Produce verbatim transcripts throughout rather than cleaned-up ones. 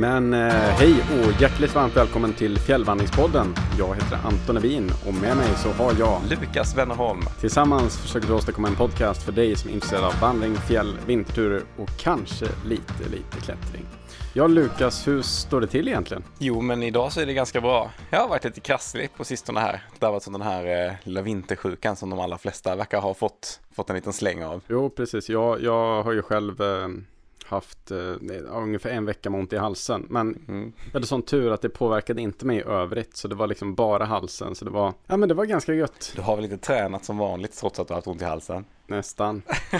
Men eh, hej och hjärtligt varmt välkommen till Fjällvandringspodden. Jag heter Anton Evin och med mig så har jag Lukas Wennerholm. Tillsammans försöker vi åstadkomma en podcast för dig som är intresserad av vandring, fjäll, vinterturer och kanske lite, lite klättring. Ja, Lukas, hur står det till egentligen? Jo, men idag så är det ganska bra. Jag har varit lite krasslig på sistone här. Det har varit som den här eh, lilla vintersjukan som de allra flesta verkar ha fått, fått en liten släng av. Jo, precis. Jag, jag har ju själv eh, haft eh, ungefär en vecka med ont i halsen. Men mm. jag hade sån tur att det påverkade inte mig i övrigt. Så det var liksom bara halsen. Så det var, ja, men det var ganska gött. Du har väl lite tränat som vanligt trots att du har haft ont i halsen? Nästan.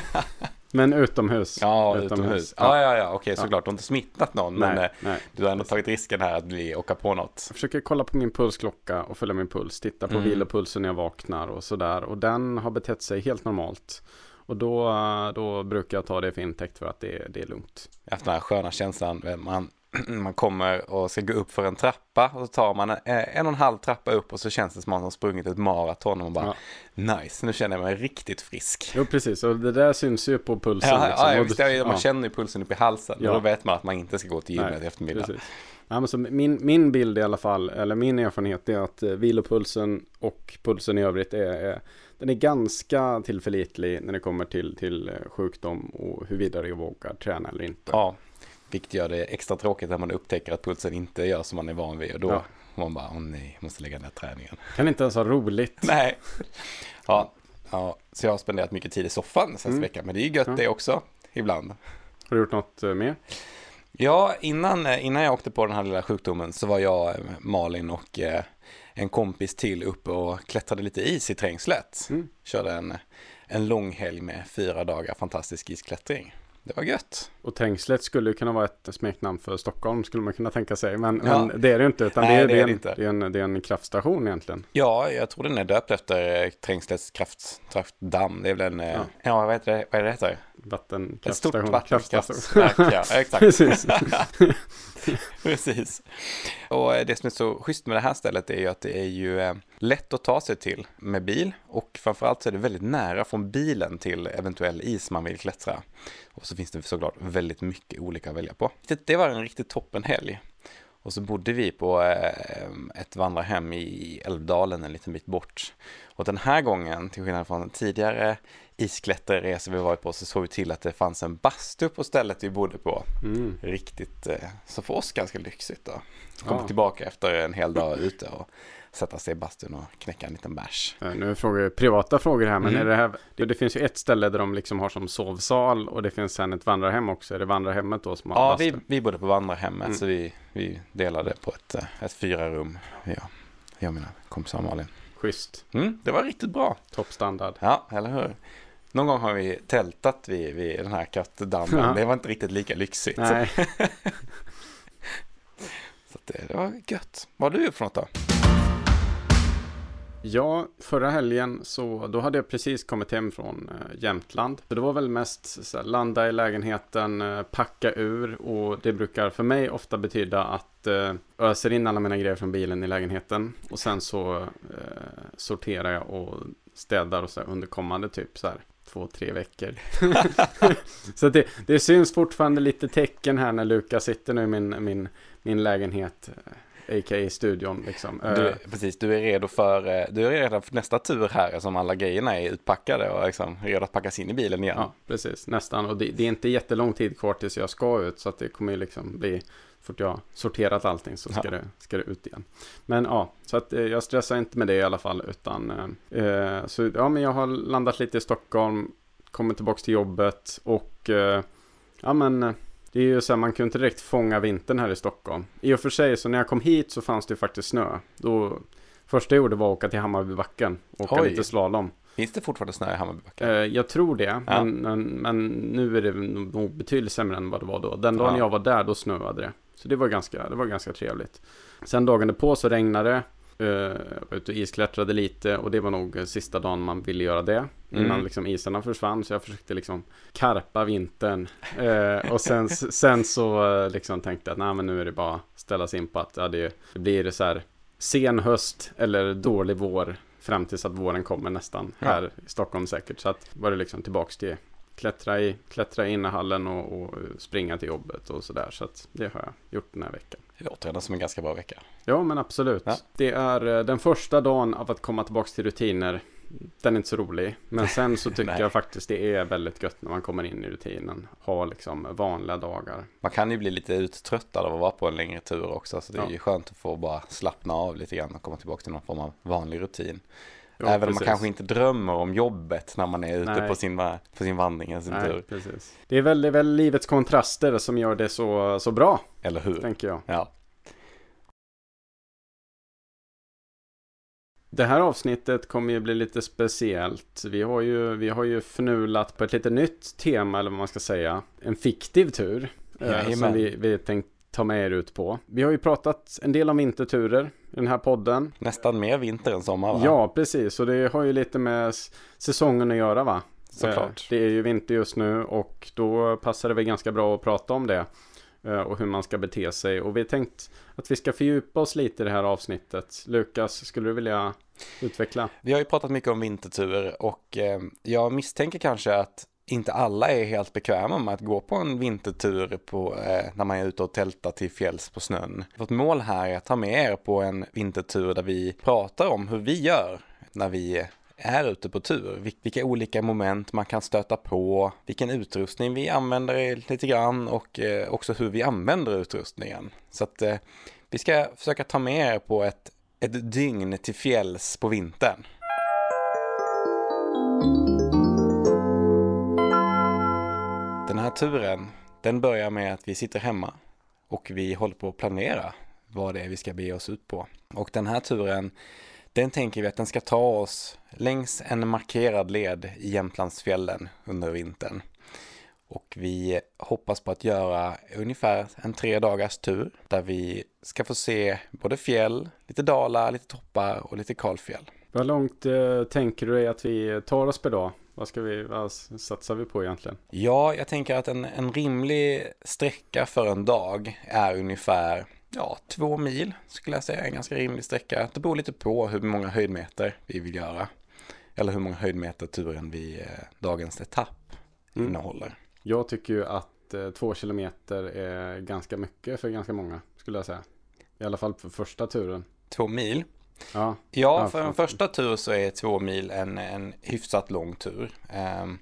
Men utomhus. Ja, utomhus. utomhus. Ja, ja, ja. Okej, såklart. Ja. Du har inte smittat någon, nej, men nej. Du har ändå tagit risken här att bli åka på något. Jag försöker kolla på min pulsklocka och följa min puls. Titta på mm. vilopulsen när jag vaknar och sådär. Och den har betett sig helt normalt. Och då, då brukar jag ta det för intäkt för att det, det är lugnt. Efter den här sköna känslan, man, man kommer och ska gå upp för en trappa och så tar man en, en och en halv trappa upp och så känns det som att man har sprungit ett maraton och man bara, ja. Nice, nu känner jag mig riktigt frisk. Jo, precis. Och det där syns ju på pulsen. Ja, liksom. ja, visst, ja, man ja. känner ju pulsen upp i halsen ja. Och då vet man att man inte ska gå till gymmet i eftermiddag. Precis. Ja, men så min, min bild i alla fall, eller min erfarenhet är att eh, vilopulsen och pulsen i övrigt är, är den är ganska tillförlitlig när det kommer till, till sjukdom och huruvida jag vågar träna eller inte. Ja, vilket gör det extra tråkigt när man upptäcker att pulsen inte gör som man är van vid. Och då ja. man bara, åh nej, måste lägga ner träningen. Kan inte ens ha roligt. Nej. Ja, ja, så jag har spenderat mycket tid i soffan senaste mm. veckan. Men det är ju gött ja. det också, ibland. Har du gjort något mer? Ja, innan, innan jag åkte på den här lilla sjukdomen så var jag, Malin och eh, en kompis till uppe och klättrade lite is i Trängslet. Mm. Körde en, en lång helg med fyra dagar fantastisk isklättring. Det var gött. Och Trängslet skulle ju kunna vara ett smeknamn för Stockholm skulle man kunna tänka sig. Men, ja. men det är det ju inte. Utan Nej, det, är, det, är det, är en, inte. Det, är en, det är en kraftstation egentligen. Ja, jag tror den är döpt efter Trängslets kraft, kraftdamm. Det är väl en, ja, ja vad heter det? Vad är det heter? Vattenkraftstation. Ett stort vattenkraftverk, ja, exakt. Precis. Precis. Och det som är så schysst med det här stället är ju att det är ju eh, lätt att ta sig till med bil. Och framförallt så är det väldigt nära från bilen till eventuell is man vill klättra. Och så finns det såklart väldigt mycket olika att välja på. Det, det var en riktigt toppen helg. Och så bodde vi på eh, ett vandrarhem i Älvdalen en liten bit bort. Och den här gången, till skillnad från tidigare isklätterresor vi varit på, så såg vi till att det fanns en bastu på stället vi bodde på. Mm. Riktigt, eh, så för oss ganska lyxigt då. Komma ja. tillbaka efter en hel dag ute och sätta sig i bastun och knäcka en liten bärs. Nu är frågor, privata frågor här, men mm. är det här, det, det finns ju ett ställe där de liksom har som sovsal och det finns sen ett vandrarhem också. Är det vandrarhemmet då som har Ja, bastu? vi, vi bodde på vandrarhemmet mm. så vi, vi delade på ett, ett fyra rum. Ja, jag och mina kompisar Malin. Schysst. Mm, det var riktigt bra. Toppstandard. Ja, eller hur? Någon gång har vi tältat vid, vid den här kraftdammen. Ja. Det var inte riktigt lika lyxigt. Nej. Så det, det var gött. Vad har du gjort för något då? Ja, förra helgen så då hade jag precis kommit hem från äh, Jämtland. Så det var väl mest så här, landa i lägenheten, äh, packa ur, och det brukar för mig ofta betyda att äh, öser in alla mina grejer från bilen i lägenheten och sen så äh, sorterar jag och städar och så här, under kommande typ så här två, tre veckor. Så det, det syns fortfarande lite tecken här när Lukas sitter nu i min, min, min lägenhet, a k a studion liksom. Du, precis, du är redo för du är redo för nästa tur här som alla grejerna är utpackade och liksom redo att packas in i bilen igen. Ja, precis, nästan. Och det, det är inte jättelång tid kvar tills jag ska ut, så att det kommer ju liksom bli, för att jag har sorterat allting så ska, ja. det, ska det ut igen. Men ja, så att jag stressar inte med det i alla fall, utan eh, så ja, men jag har landat lite i Stockholm, kommit tillbaka till jobbet och eh, ja men det är ju så här, man kunde inte direkt fånga vintern här i Stockholm. I och för sig, så när jag kom hit så fanns det ju faktiskt snö. Då, första jag gjorde var att åka till Hammarbybacken och åka Oj. lite slalom. Finns det fortfarande snö i Hammarbybacken? Eh, jag tror det, ja. men, men, men nu är det nog betydligt sämre än vad det var då. Den dagen ja. jag var där, då snöade det. Så det var ganska, det var ganska trevligt. Sen dagen på så regnade det. Uh, jag var ute och isklättrade lite, och det var nog sista dagen man ville göra det innan mm. liksom isarna försvann, så jag försökte liksom karpa vintern uh, och sen, sen så uh, liksom tänkte jag att nej, men nu är det bara ställa sig in på att ja, det, det blir så här sen höst eller dålig vår fram tills att våren kommer nästan här ja. i Stockholm säkert, så att var det liksom tillbaks till klättra i, klättra i innehallen och, och springa till jobbet och sådär. Så att det har jag gjort den här veckan. Det låter ändå som en ganska bra vecka. Ja, men absolut. Ja. Det är uh, den första dagen av att komma tillbaka till rutiner. Den är inte så rolig. Men sen så tycker jag faktiskt det är väldigt gött när man kommer in i rutinen. Ha liksom vanliga dagar. Man kan ju bli lite uttröttad av att vara på en längre tur också. Så det är ja. ju skönt att få bara slappna av lite grann och komma tillbaka till någon form av vanlig rutin. Jo, även om man kanske inte drömmer om jobbet när man är ute på sin, på sin vandring. Sin Nej, tur. Precis. Det är väl, väl livets kontraster som gör det så, så bra. Eller hur? Tänker jag. Ja. Det här avsnittet kommer ju bli lite speciellt. Vi har ju, vi har ju förnulat på ett lite nytt tema, eller vad man ska säga. En fiktiv tur eh, som vi, vi tänkt ta med er ut på. Vi har ju pratat en del om vinterturer i den här podden. Nästan mer vinter än sommar, va? Ja, precis. Och det har ju lite med säsongen att göra, va? Såklart. Det är ju vinter just nu och då passar det väl ganska bra att prata om det. Och hur man ska bete sig. Och vi har tänkt att vi ska fördjupa oss lite i det här avsnittet. Lukas, skulle du vilja utveckla? Vi har ju pratat mycket om vinterturer och eh, jag misstänker kanske att inte alla är helt bekväma med att gå på en vintertur på, eh, när man är ute och tältar till fjälls på snön. Vårt mål här är att ta med er på en vintertur där vi pratar om hur vi gör när vi är ute på tur. Vilka olika moment man kan stöta på, vilken utrustning vi använder lite grann och eh, också hur vi använder utrustningen. Så att eh, vi ska försöka ta med er på ett, ett dygn till fjälls på vintern. Den här turen, den börjar med att vi sitter hemma och vi håller på att planera vad det är vi ska bege oss ut på. Och den här turen, den tänker vi att den ska ta oss längs en markerad led i Jämtlandsfjällen under vintern. Och vi hoppas på att göra ungefär en tre dagars tur där vi ska få se både fjäll, lite dalar, lite toppar och lite kalfjäll. Hur långt eh, tänker du att vi tar oss per dag? Vad ska vi, vad satsar vi på egentligen? Ja, jag tänker att en, en rimlig sträcka för en dag är ungefär ja, två mil skulle jag säga. En ganska rimlig sträcka. Det beror lite på hur många höjdmeter vi vill göra. Eller hur många höjdmeter turen vi eh, dagens etapp mm. innehåller. Jag tycker ju att eh, två kilometer är ganska mycket för ganska många skulle jag säga. I alla fall för första turen. Två mil? Ja, ja för en första tur så är två mil en, en hyfsat lång tur. Um,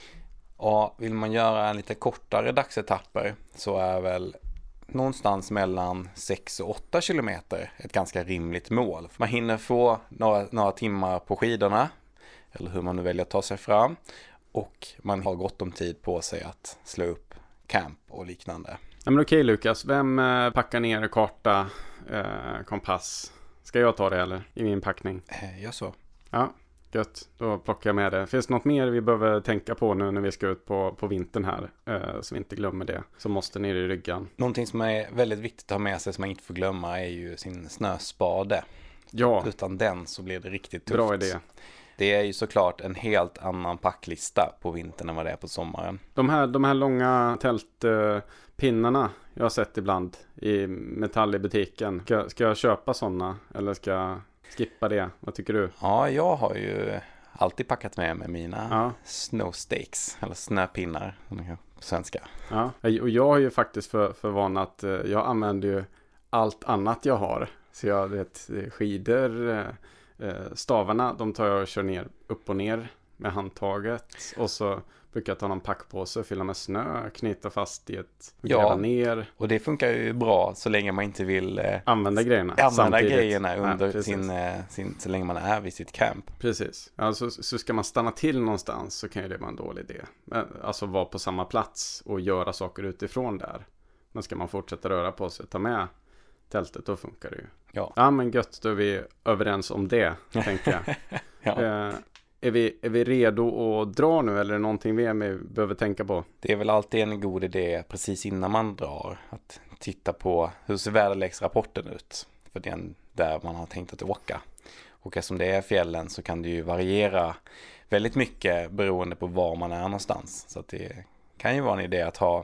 och vill man göra en lite kortare dagsetapper så är väl någonstans mellan sex och åtta kilometer ett ganska rimligt mål. Man hinner få några, några timmar på skidorna, eller hur man nu väljer att ta sig fram. Och man har gott om tid på sig att slå upp camp och liknande. Ja, men okej Lukas, vem eh, packar ner karta, eh, kompass? Ska jag ta det eller? I min packning? Eh, jag så. Ja, gött. Då plockar jag med det. Finns det något mer vi behöver tänka på nu när vi ska ut på, på vintern här? Eh, så vi inte glömmer det. Så måste ner i ryggen. Någonting som är väldigt viktigt att ha med sig som man inte får glömma är ju sin snöspade. Ja. Utan den så blir det riktigt tufft. Bra idé. Det är ju såklart en helt annan packlista på vintern än vad det är på sommaren. De här, de här långa tältpinnarna jag har sett ibland i metall i butiken. Ska, ska jag köpa sådana eller ska jag skippa det? Vad tycker du? Ja, jag har ju alltid packat med mig mina ja. snowstakes eller snöpinnar på svenska. Ja, och jag har ju faktiskt för, för vana att jag använder ju allt annat jag har. Så jag vet skidor, stavarna, de tar jag och kör ner upp och ner med handtaget och så brukar jag ta någon packpåse, fylla med snö, knyta fast i ett, gräva ja, ner. Och det funkar ju bra så länge man inte vill eh, använda grejerna använda samtidigt. grejerna under ja, sin, eh, sin, så länge man är vid sitt camp. Precis. Alltså, så ska man stanna till någonstans så kan ju det vara en dålig idé. Alltså vara på samma plats och göra saker utifrån där. Men ska man fortsätta röra på sig, ta med tältet, då funkar det ju. Ja, ja men gött, då är vi överens om det, tänker jag. ja. eh, är, vi, är vi redo att dra nu eller är det någonting vi behöver tänka på? Det är väl alltid en god idé precis innan man drar att titta på hur ser väderleksrapporten ut för den där man har tänkt att åka. Och eftersom det är fjällen så kan det ju variera väldigt mycket beroende på var man är någonstans. Så att det kan ju vara en idé att ha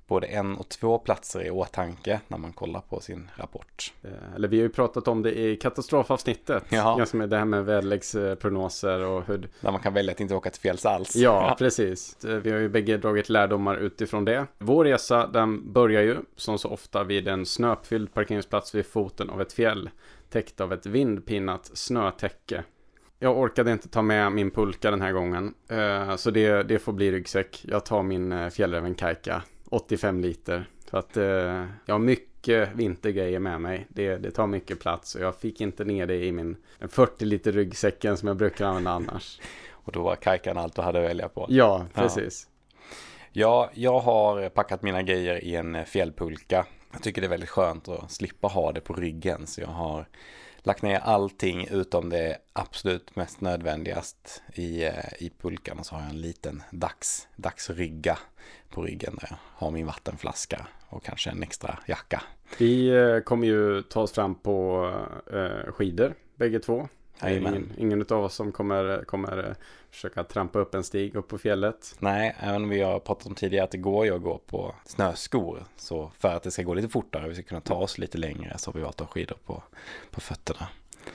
både en och två platser i åtanke när man kollar på sin rapport. Eller vi har ju pratat om det i katastrofavsnittet. Ja. Ganska med det här med väderleksprognoser och hur... Där man kan välja att inte åka till fjälls alls. Ja, precis. Vi har ju bägge dragit lärdomar utifrån det. Vår resa, den börjar ju som så ofta vid en snöfylld parkeringsplats vid foten av ett fjäll, täckt av ett vindpinnat snötäcke. Jag orkade inte ta med min pulka den här gången, så det, det får bli ryggsäck. Jag tar min Fjällräven Kajka, åttiofem liter. För att jag har mycket vintergrejer med mig. Det, det tar mycket plats och jag fick inte ner det i min fyrtio liter ryggsäcken som jag brukar använda annars. Och då var Kajkan allt du hade att välja på. Ja, precis. Ja, jag har packat mina grejer i en fjällpulka. Jag tycker det är väldigt skönt att slippa ha det på ryggen, så jag har lagt ner allting utom det absolut mest nödvändigast i, i pulkan, och så har jag en liten dags, dagsrygga på ryggen där jag har min vattenflaska och kanske en extra jacka. Vi kommer ju ta oss fram på eh, skidor, bägge två. Ingen, ingen av oss som kommer, kommer försöka trampa upp en stig upp på fjället. Nej, även om vi har pratat om tidigare att det går ju att gå på snöskor. Så för att det ska gå lite fortare och vi ska kunna ta oss lite längre, så har vi valt att ha skidor på, på fötterna.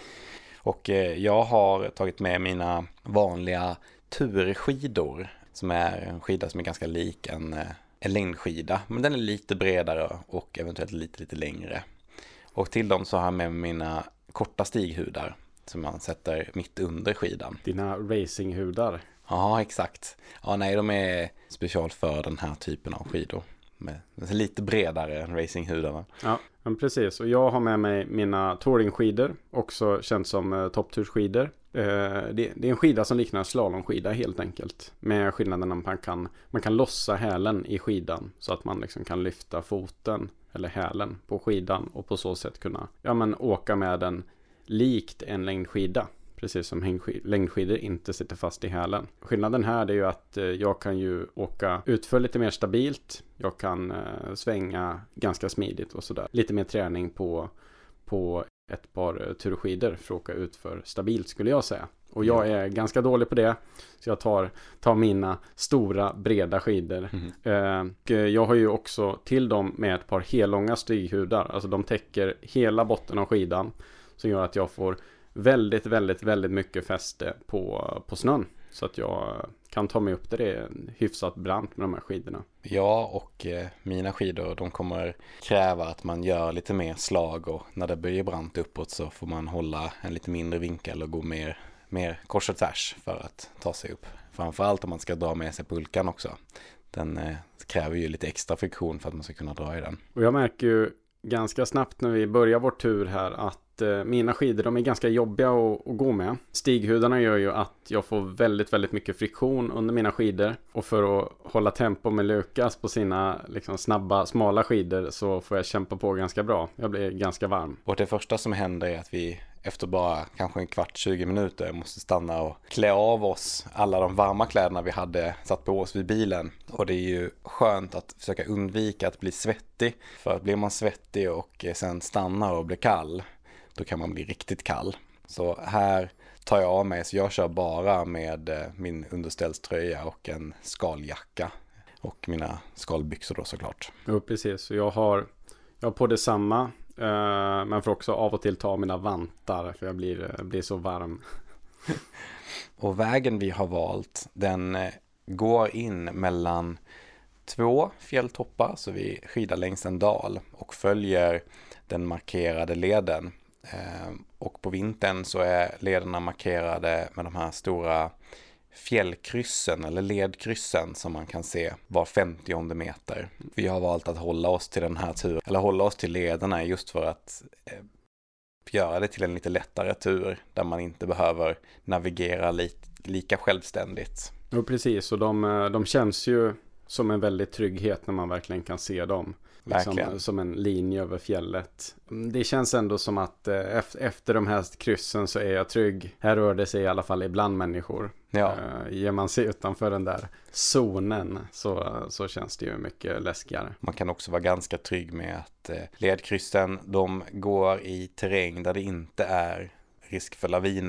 Och eh, jag har tagit med mina vanliga turskidor, som är en skida som är ganska lik en, en längdskida. Men den är lite bredare och eventuellt lite, lite längre. Och till dem så har jag med mina korta stighudar som man sätter mitt under skidan. Dina racinghudar. Ja, exakt. Ja, nej, de är special för den här typen av skidor. Med, med lite bredare än racinghudarna. Ja, men precis. Och jag har med mig mina touringskidor, också känt som eh, topptursskidor. Eh, det, det är en skida som liknar slalomskida helt enkelt. Med skillnaden att man kan, man kan lossa hälen i skidan så att man liksom kan lyfta foten eller hälen på skidan och på så sätt kunna ja, men åka med den likt en längdskida, precis som längdskidor inte sitter fast i hälen. Skillnaden här är ju att jag kan ju åka utför lite mer stabilt, jag kan eh, svänga ganska smidigt och sådär. Lite mer träning på, på ett par turskidor för att åka utför stabilt, skulle jag säga. Och jag är ganska dålig på det, så jag tar, tar mina stora breda skidor. Mm. Eh, jag har ju också till dem med ett par hellånga stighudar, alltså de täcker hela botten av skidan, som gör att jag får väldigt, väldigt, väldigt mycket fäste på, på snön. Så att jag kan ta mig upp där det är hyfsat brant med de här skidorna. Ja, och eh, mina skidor, de kommer kräva att man gör lite mer slag, och när det blir brant uppåt så får man hålla en lite mindre vinkel och gå mer, mer kors och tvärs för att ta sig upp. Framförallt om man ska dra med sig pulkan också. Den eh, kräver ju lite extra friktion för att man ska kunna dra i den. Och jag märker ju ganska snabbt när vi börjar vår tur här att eh, mina skidor, de är ganska jobbiga att, att gå med. Stighudarna gör ju att jag får väldigt, väldigt mycket friktion under mina skidor. Och för att hålla tempo med Lukas på sina liksom, snabba, smala skidor så får jag kämpa på ganska bra. Jag blir ganska varm. Och det första som händer är att vi efter bara kanske en kvart, tjugo minuter måste stanna och klä av oss alla de varma kläderna vi hade satt på oss vid bilen. Och det är ju skönt att försöka undvika att bli svettig. För att blir man svettig och sen stannar och blir kall, då kan man bli riktigt kall. Så här tar jag av mig, så jag kör bara med min underställströja och en skaljacka. Och mina skalbyxor då såklart. Jo, precis. Så jag har, jag har på detsamma. Uh, men får också av och till ta mina vantar för jag blir, blir så varm. Och vägen vi har valt, den går in mellan två fjälltoppar, så vi skidar längs en dal och följer den markerade leden. Uh, och på vintern så är lederna markerade med de här stora fjällkryssen eller ledkryssen som man kan se var femtionde meter. Vi har valt att hålla oss till den här turen, eller hålla oss till lederna just för att eh, göra det till en lite lättare tur där man inte behöver navigera li- lika självständigt. Jo, precis. Och de, de känns ju som en väldigt trygghet när man verkligen kan se dem. Liksom, som en linje över fjället. Det känns ändå som att eh, efter de här kryssen så är jag trygg. Här rör det sig i alla fall ibland människor. Ja. Eh, ger man sig utanför den där zonen så, så känns det ju mycket läskigare. Man kan också vara ganska trygg med att eh, ledkryssen, de går i terräng där det inte är risk för laviner.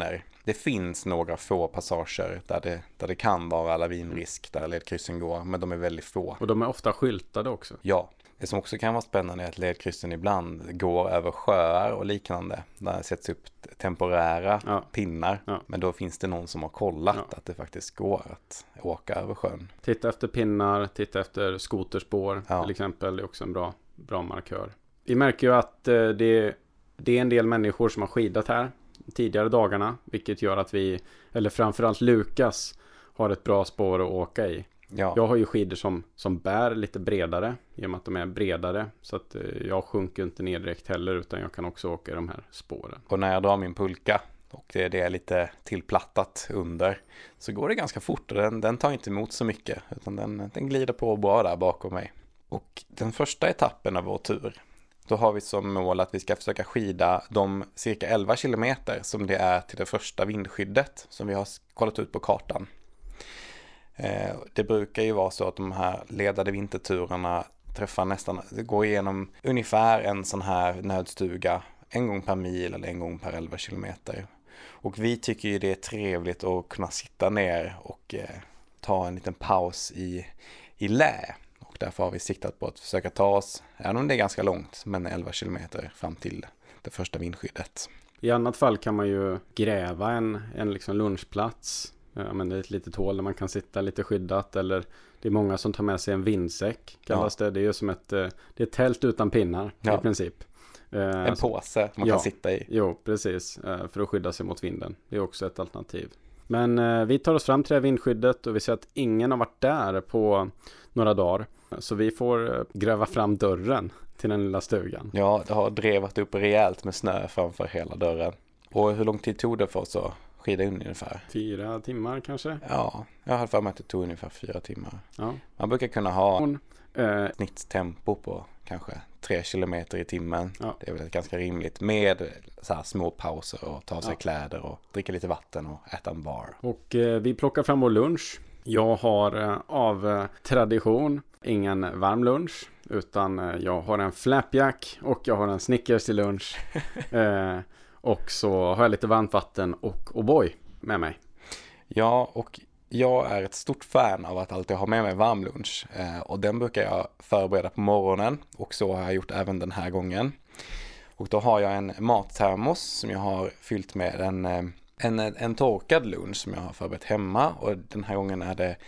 Det finns några få passager där det, där det kan vara lavinrisk, där ledkryssen går, men de är väldigt få. Och de är ofta skyltade också. Ja, det som också kan vara spännande är att ledkryssen ibland går över sjöar och liknande. Där det sätts upp temporära ja. pinnar, ja. men då finns det någon som har kollat ja. att det faktiskt går att åka över sjön. Titta efter pinnar, titta efter skoterspår ja. till exempel, är också en bra, bra markör. Vi märker ju att eh, det, det är en del människor som har skidat här tidigare dagarna, vilket gör att vi, eller framförallt Lukas, har ett bra spår att åka i. Ja. Jag har ju skidor som, som bär lite bredare, i och med att de är bredare, så att eh, jag sjunker inte ner direkt heller, utan jag kan också åka i de här spåren. Och när jag drar min pulka och det, det är lite tillplattat under, så går det ganska fort och den, den tar inte emot så mycket, utan den, den glider på bra där bakom mig. Och den första etappen av vår tur, då har vi som mål att vi ska försöka skida de cirka elva kilometer som det är till det första vindskyddet som vi har kollat ut på kartan. Eh, det brukar ju vara så att de här ledade vinterturerna träffar nästan, det går igenom ungefär en sån här nödstuga en gång per mil eller en gång per elva kilometer. Och vi tycker ju det är trevligt att kunna sitta ner och eh, ta en liten paus i, i lä. Och därför har vi siktat på att försöka ta oss, även om det är ganska långt, men elva kilometer fram till det första vindskyddet. I annat fall kan man ju gräva en, en liksom lunchplats. Ja, men det är ett litet hål där man kan sitta lite skyddat, eller det är många som tar med sig en vindsäck, kallas ja. det. Det är ju som ett, det är ett tält utan pinnar ja. i princip. En påse man ja, kan sitta i. Jo, precis. För att skydda sig mot vinden. Det är också ett alternativ. Men eh, vi tar oss fram till det här vindskyddet och vi ser att ingen har varit där på några dagar. Så vi får eh, gräva fram dörren till den lilla stugan. Ja, det har drevat upp rejält med snö framför hela dörren. Och hur lång tid tog det för oss att skida in ungefär? Fyra timmar kanske? Ja, jag har för mig att det tog ungefär fyra timmar. Ja. Man brukar kunna ha Hon, eh, snitttempo på kanske tre kilometer i timmen. Ja. Det är väl ganska rimligt med så här små pauser och ta sig ja. kläder och dricka lite vatten och äta en bar. Och eh, vi plockar fram vår lunch. Jag har eh, av eh, tradition ingen varm lunch, utan eh, jag har en flapjack och jag har en Snickers till lunch. eh, och så har jag lite varmt vatten och O'boy med mig. Ja, och jag är ett stort fan av att alltid ha med mig varm lunch. Eh, och den brukar jag förbereda på morgonen. Och så har jag gjort även den här gången. Och då har jag en mattermos som jag har fyllt med en, en, en torkad lunch som jag har förberett hemma. Och den här gången är det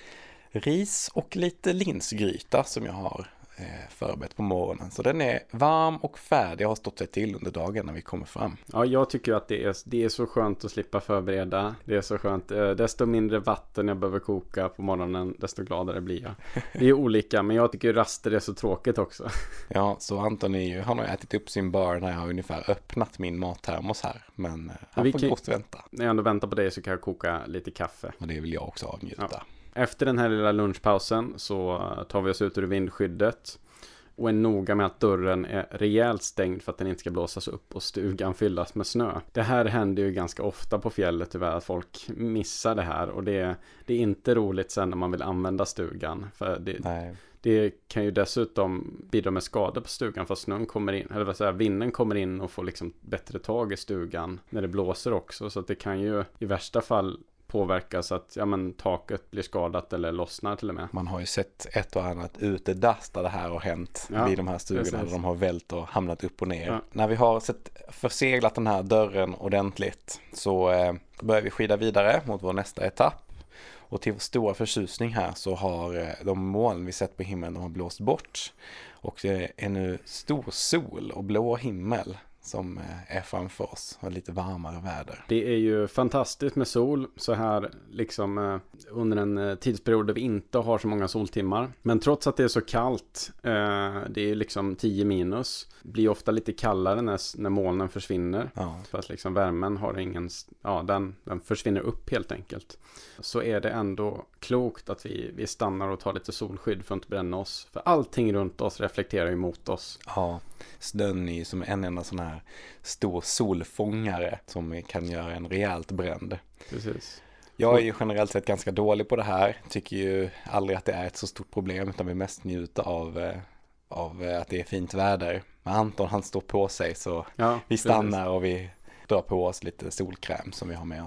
ris och lite linsgryta som jag har eh, förberett på morgonen. Så den är varm och färdig. Jag har stått sig till under dagen när vi kommer fram. Ja, jag tycker att det är, det är så skönt att slippa förbereda. Det är så skönt. Eh, desto mindre vatten jag behöver koka på morgonen, desto gladare blir jag. Det är olika, men jag tycker raster är så tråkigt också. Ja, så Anton är ju, han har ätit upp sin bar när jag har ungefär öppnat min mattermos här. Men han vi får kan, gott vänta. När jag ändå väntar på dig så kan jag koka lite kaffe. Och det vill jag också avnjuta. Ja. Efter den här lilla lunchpausen så tar vi oss ut ur vindskyddet och är noga med att dörren är rejält stängd för att den inte ska blåsas upp och stugan fyllas med snö. Det här händer ju ganska ofta på fjället tyvärr, att folk missar det här, och det, det är inte roligt sen när man vill använda stugan. För det, Nej. det kan ju dessutom bidra med skador på stugan för att snön kommer in, eller vad säger jag, vinden kommer in och får liksom bättre tag i stugan när det blåser också, så att det kan ju i värsta fall påverka så att ja, men, taket blir skadat eller lossnar till och med. Man har ju sett ett och annat utedass där det här har hänt ja, vid de här stugorna precis. Där de har vält och hamnat upp och ner. Ja. När vi har sett förseglat den här dörren ordentligt så eh, börjar vi skida vidare mot vår nästa etapp. Och till vår stora förtjusning här så har eh, de moln vi sett på himlen, de har blåst bort. Och det är nu stor sol och blå himmel som är framför oss och lite varmare väder. Det är ju fantastiskt med sol så här liksom eh, under en tidsperiod där vi inte har så många soltimmar. Men trots att det är så kallt, eh, det är liksom tio minus, blir ofta lite kallare när, när molnen försvinner. Ja. För att liksom värmen har ingen, ja den, den försvinner upp helt enkelt. Så är det ändå klokt att vi, vi stannar och tar lite solskydd för att inte bränna oss. För allting runt oss reflekterar ju mot oss. Ja, snön är ju som en enda sån här stor solfångare som kan göra en rejält bränd. Precis. Jag är ju generellt sett ganska dålig på det här. Tycker ju aldrig att det är ett så stort problem, utan vi mest njuter av, av att det är fint väder. Men Anton, han står på sig, så ja, vi stannar precis. Och vi drar på oss lite solkräm som vi har med oss.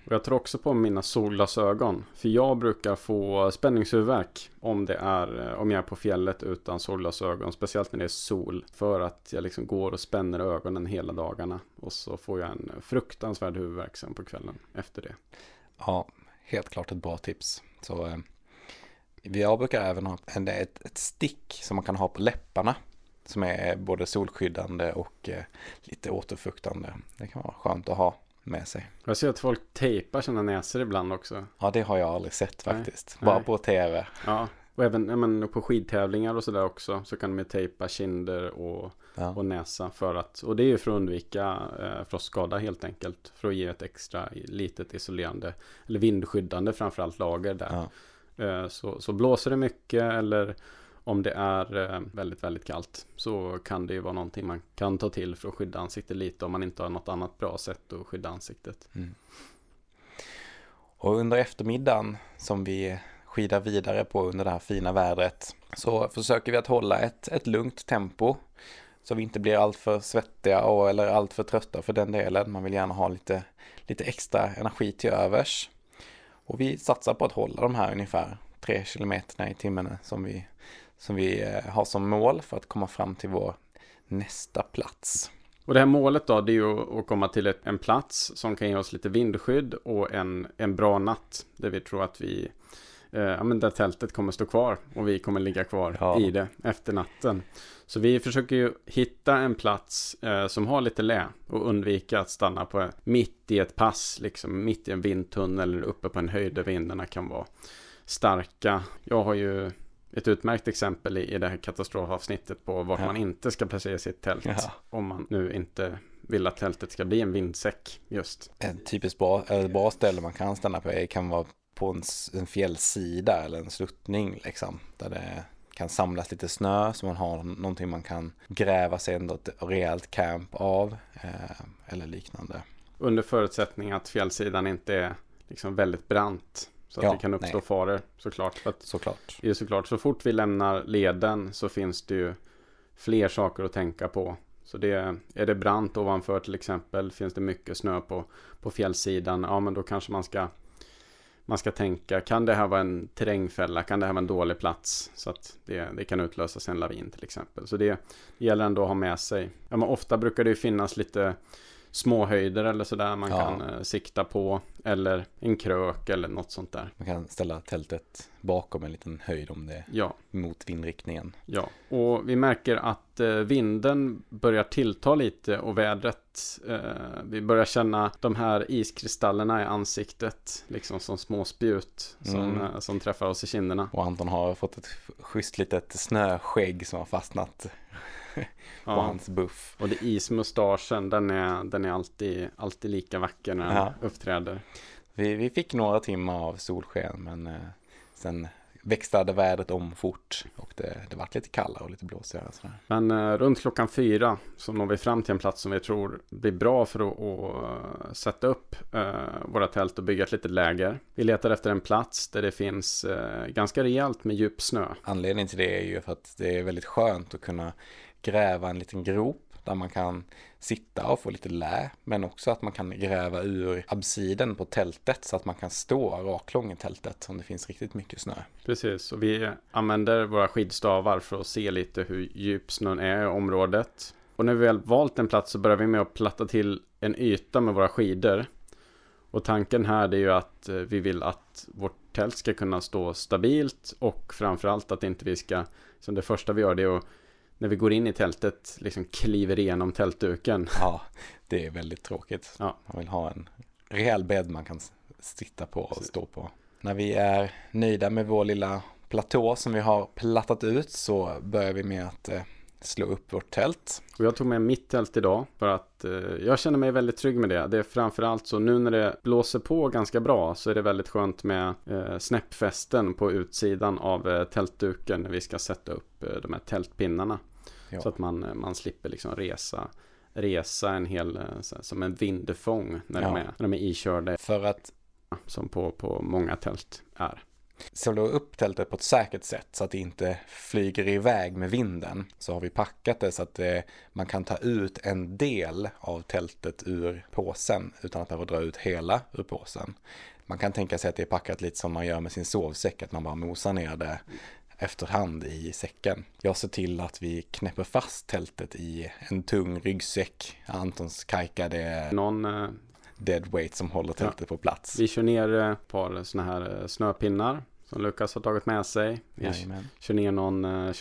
Och jag tror också på mina solglasögon. För jag brukar få spänningshuvudvärk om det är om jag är på fjället utan solglasögon. Speciellt när det är sol. För att jag liksom går och spänner ögonen hela dagarna. Och så får jag en fruktansvärd huvudvärk sen på kvällen efter det. Ja, helt klart ett bra tips. Så eh, jag brukar även ha ett, ett stick som man kan ha på läpparna. Som är både solskyddande och eh, lite återfuktande. Det kan vara skönt att ha med sig. Jag ser att folk tejpar sina näsor ibland också. Ja, det har jag aldrig sett faktiskt. Nej. Bara Nej. På tv. Ja, och även ja, men, på skidtävlingar och sådär också. Så kan de tejpa kinder och, Ja. och näsa. För att, och det är ju för att undvika eh, frostskada helt enkelt. För att ge ett extra litet isolerande, eller vindskyddande framförallt lager där. Ja. Eh, så, så blåser det mycket eller om det är eh, väldigt, väldigt kallt så kan det ju vara någonting man kan ta till för att skydda ansiktet lite om man inte har något annat bra sätt att skydda ansiktet. Mm. Och under eftermiddagen som vi skidar vidare på under det här fina vädret så försöker vi att hålla ett, ett lugnt tempo så vi inte blir allt för svettiga och, eller allt för trötta för den delen. Man vill gärna ha lite, lite extra energi till övers. Och vi satsar på att hålla de här ungefär tre kilometer i timmen som vi, som vi har som mål för att komma fram till vår nästa plats. Och det här målet då, det är ju att komma till ett, en plats som kan ge oss lite vindskydd och en, en bra natt där vi tror att vi, eh, ja men där tältet kommer stå kvar och vi kommer ligga kvar ja. i det efter natten. Så vi försöker ju hitta en plats eh, som har lite lä och undvika att stanna på mitt i ett pass, liksom mitt i en vindtunnel eller uppe på en höjd där vindarna kan vara starka. Jag har ju ett utmärkt exempel i, i det här katastrofavsnittet på vart ja. man inte ska placera sitt tält Ja. om man nu inte vill att tältet ska bli en vindsäck just. Ett typiskt bra, ett bra ställe man kan stanna på kan vara på en, en fjällsida eller en sluttning liksom, där det kan samlas lite snö så man har någonting man kan gräva sig ändå ett rejält camp av eh, eller liknande. Under förutsättning att fjällsidan inte är liksom väldigt brant. Så att ja, det kan uppstå nej. faror såklart. För att såklart. Det är såklart. Så fort vi lämnar leden så finns det ju fler saker att tänka på. Så det, är det brant ovanför till exempel, finns det mycket snö på, på fjällsidan, ja men då kanske man ska man ska tänka, kan det här vara en terrängfälla, kan det här vara en dålig plats så att det, det kan utlösas en lavin till exempel. Så det, det gäller ändå att ha med sig. Ja, men ofta brukar det ju finnas lite små höjder eller sådär man ja. kan eh, sikta på, eller en krök eller något sånt där. Man kan ställa tältet bakom en liten höjd om det är ja. mot vindriktningen. Ja, och vi märker att eh, vinden börjar tillta lite och vädret, eh, vi börjar känna de här iskristallerna i ansiktet, liksom som små spjut som, mm. eh, som träffar oss i kinderna. Och Anton har fått ett schysst litet snöskägg som har fastnat på ja. hans buff. Och det ismustaschen, den är, den är alltid, alltid lika vacker när den ja. uppträder. Vi, vi fick några timmar av solsken men eh, sen växlade vädret om fort och det, det var lite kallare och lite blåsigare. Och sådär. Men eh, runt klockan fyra så når vi fram till en plats som vi tror blir bra för att, att sätta upp eh, våra tält och bygga ett litet läger. Vi letar efter en plats där det finns eh, ganska rejält med djup snö. Anledningen till det är ju för att det är väldigt skönt att kunna gräva en liten grop där man kan sitta och få lite lä, men också att man kan gräva ur absiden på tältet så att man kan stå raklång i tältet om det finns riktigt mycket snö. Precis, och vi använder våra skidstavar för att se lite hur djup snön är i området. Och när vi väl valt en plats så börjar vi med att platta till en yta med våra skidor. Och tanken här är ju att vi vill att vårt tält ska kunna stå stabilt och framförallt att inte vi ska, som det första vi gör det är att när vi går in i tältet liksom kliver igenom tältduken. Ja, det är väldigt tråkigt. Ja. Man vill ha en rejäl bädd man kan sitta på och stå på. När vi är nöjda med vår lilla platå som vi har plattat ut så börjar vi med att eh, slå upp vårt tält. Och jag tog med mitt tält idag för att eh, jag känner mig väldigt trygg med det. Det är framförallt så nu när det blåser på ganska bra så är det väldigt skönt med eh, snäppfästen på utsidan av eh, tältduken när vi ska sätta upp eh, de här tältpinnarna. Ja. Så att man, man slipper liksom resa, resa en hel, så här, som en vindefång när, ja. de är, när de är ikörda. För att, som på, på många tält är. ställa upp tältet på ett säkert sätt så att det inte flyger iväg med vinden, så har vi packat det så att det, man kan ta ut en del av tältet ur påsen utan att behöva dra ut hela ur påsen. Man kan tänka sig att det är packat lite som man gör med sin sovsäck, att man bara mosar ner det efterhand i säcken. Jag ser till att vi knäpper fast tältet i en tung ryggsäck. Antons kajka, det är någon eh, dead weight som håller tältet ja. på plats. Vi kör ner ett par såna här snöpinnar som Lukas har tagit med sig. Vi Jajamän. kör ner någon eh,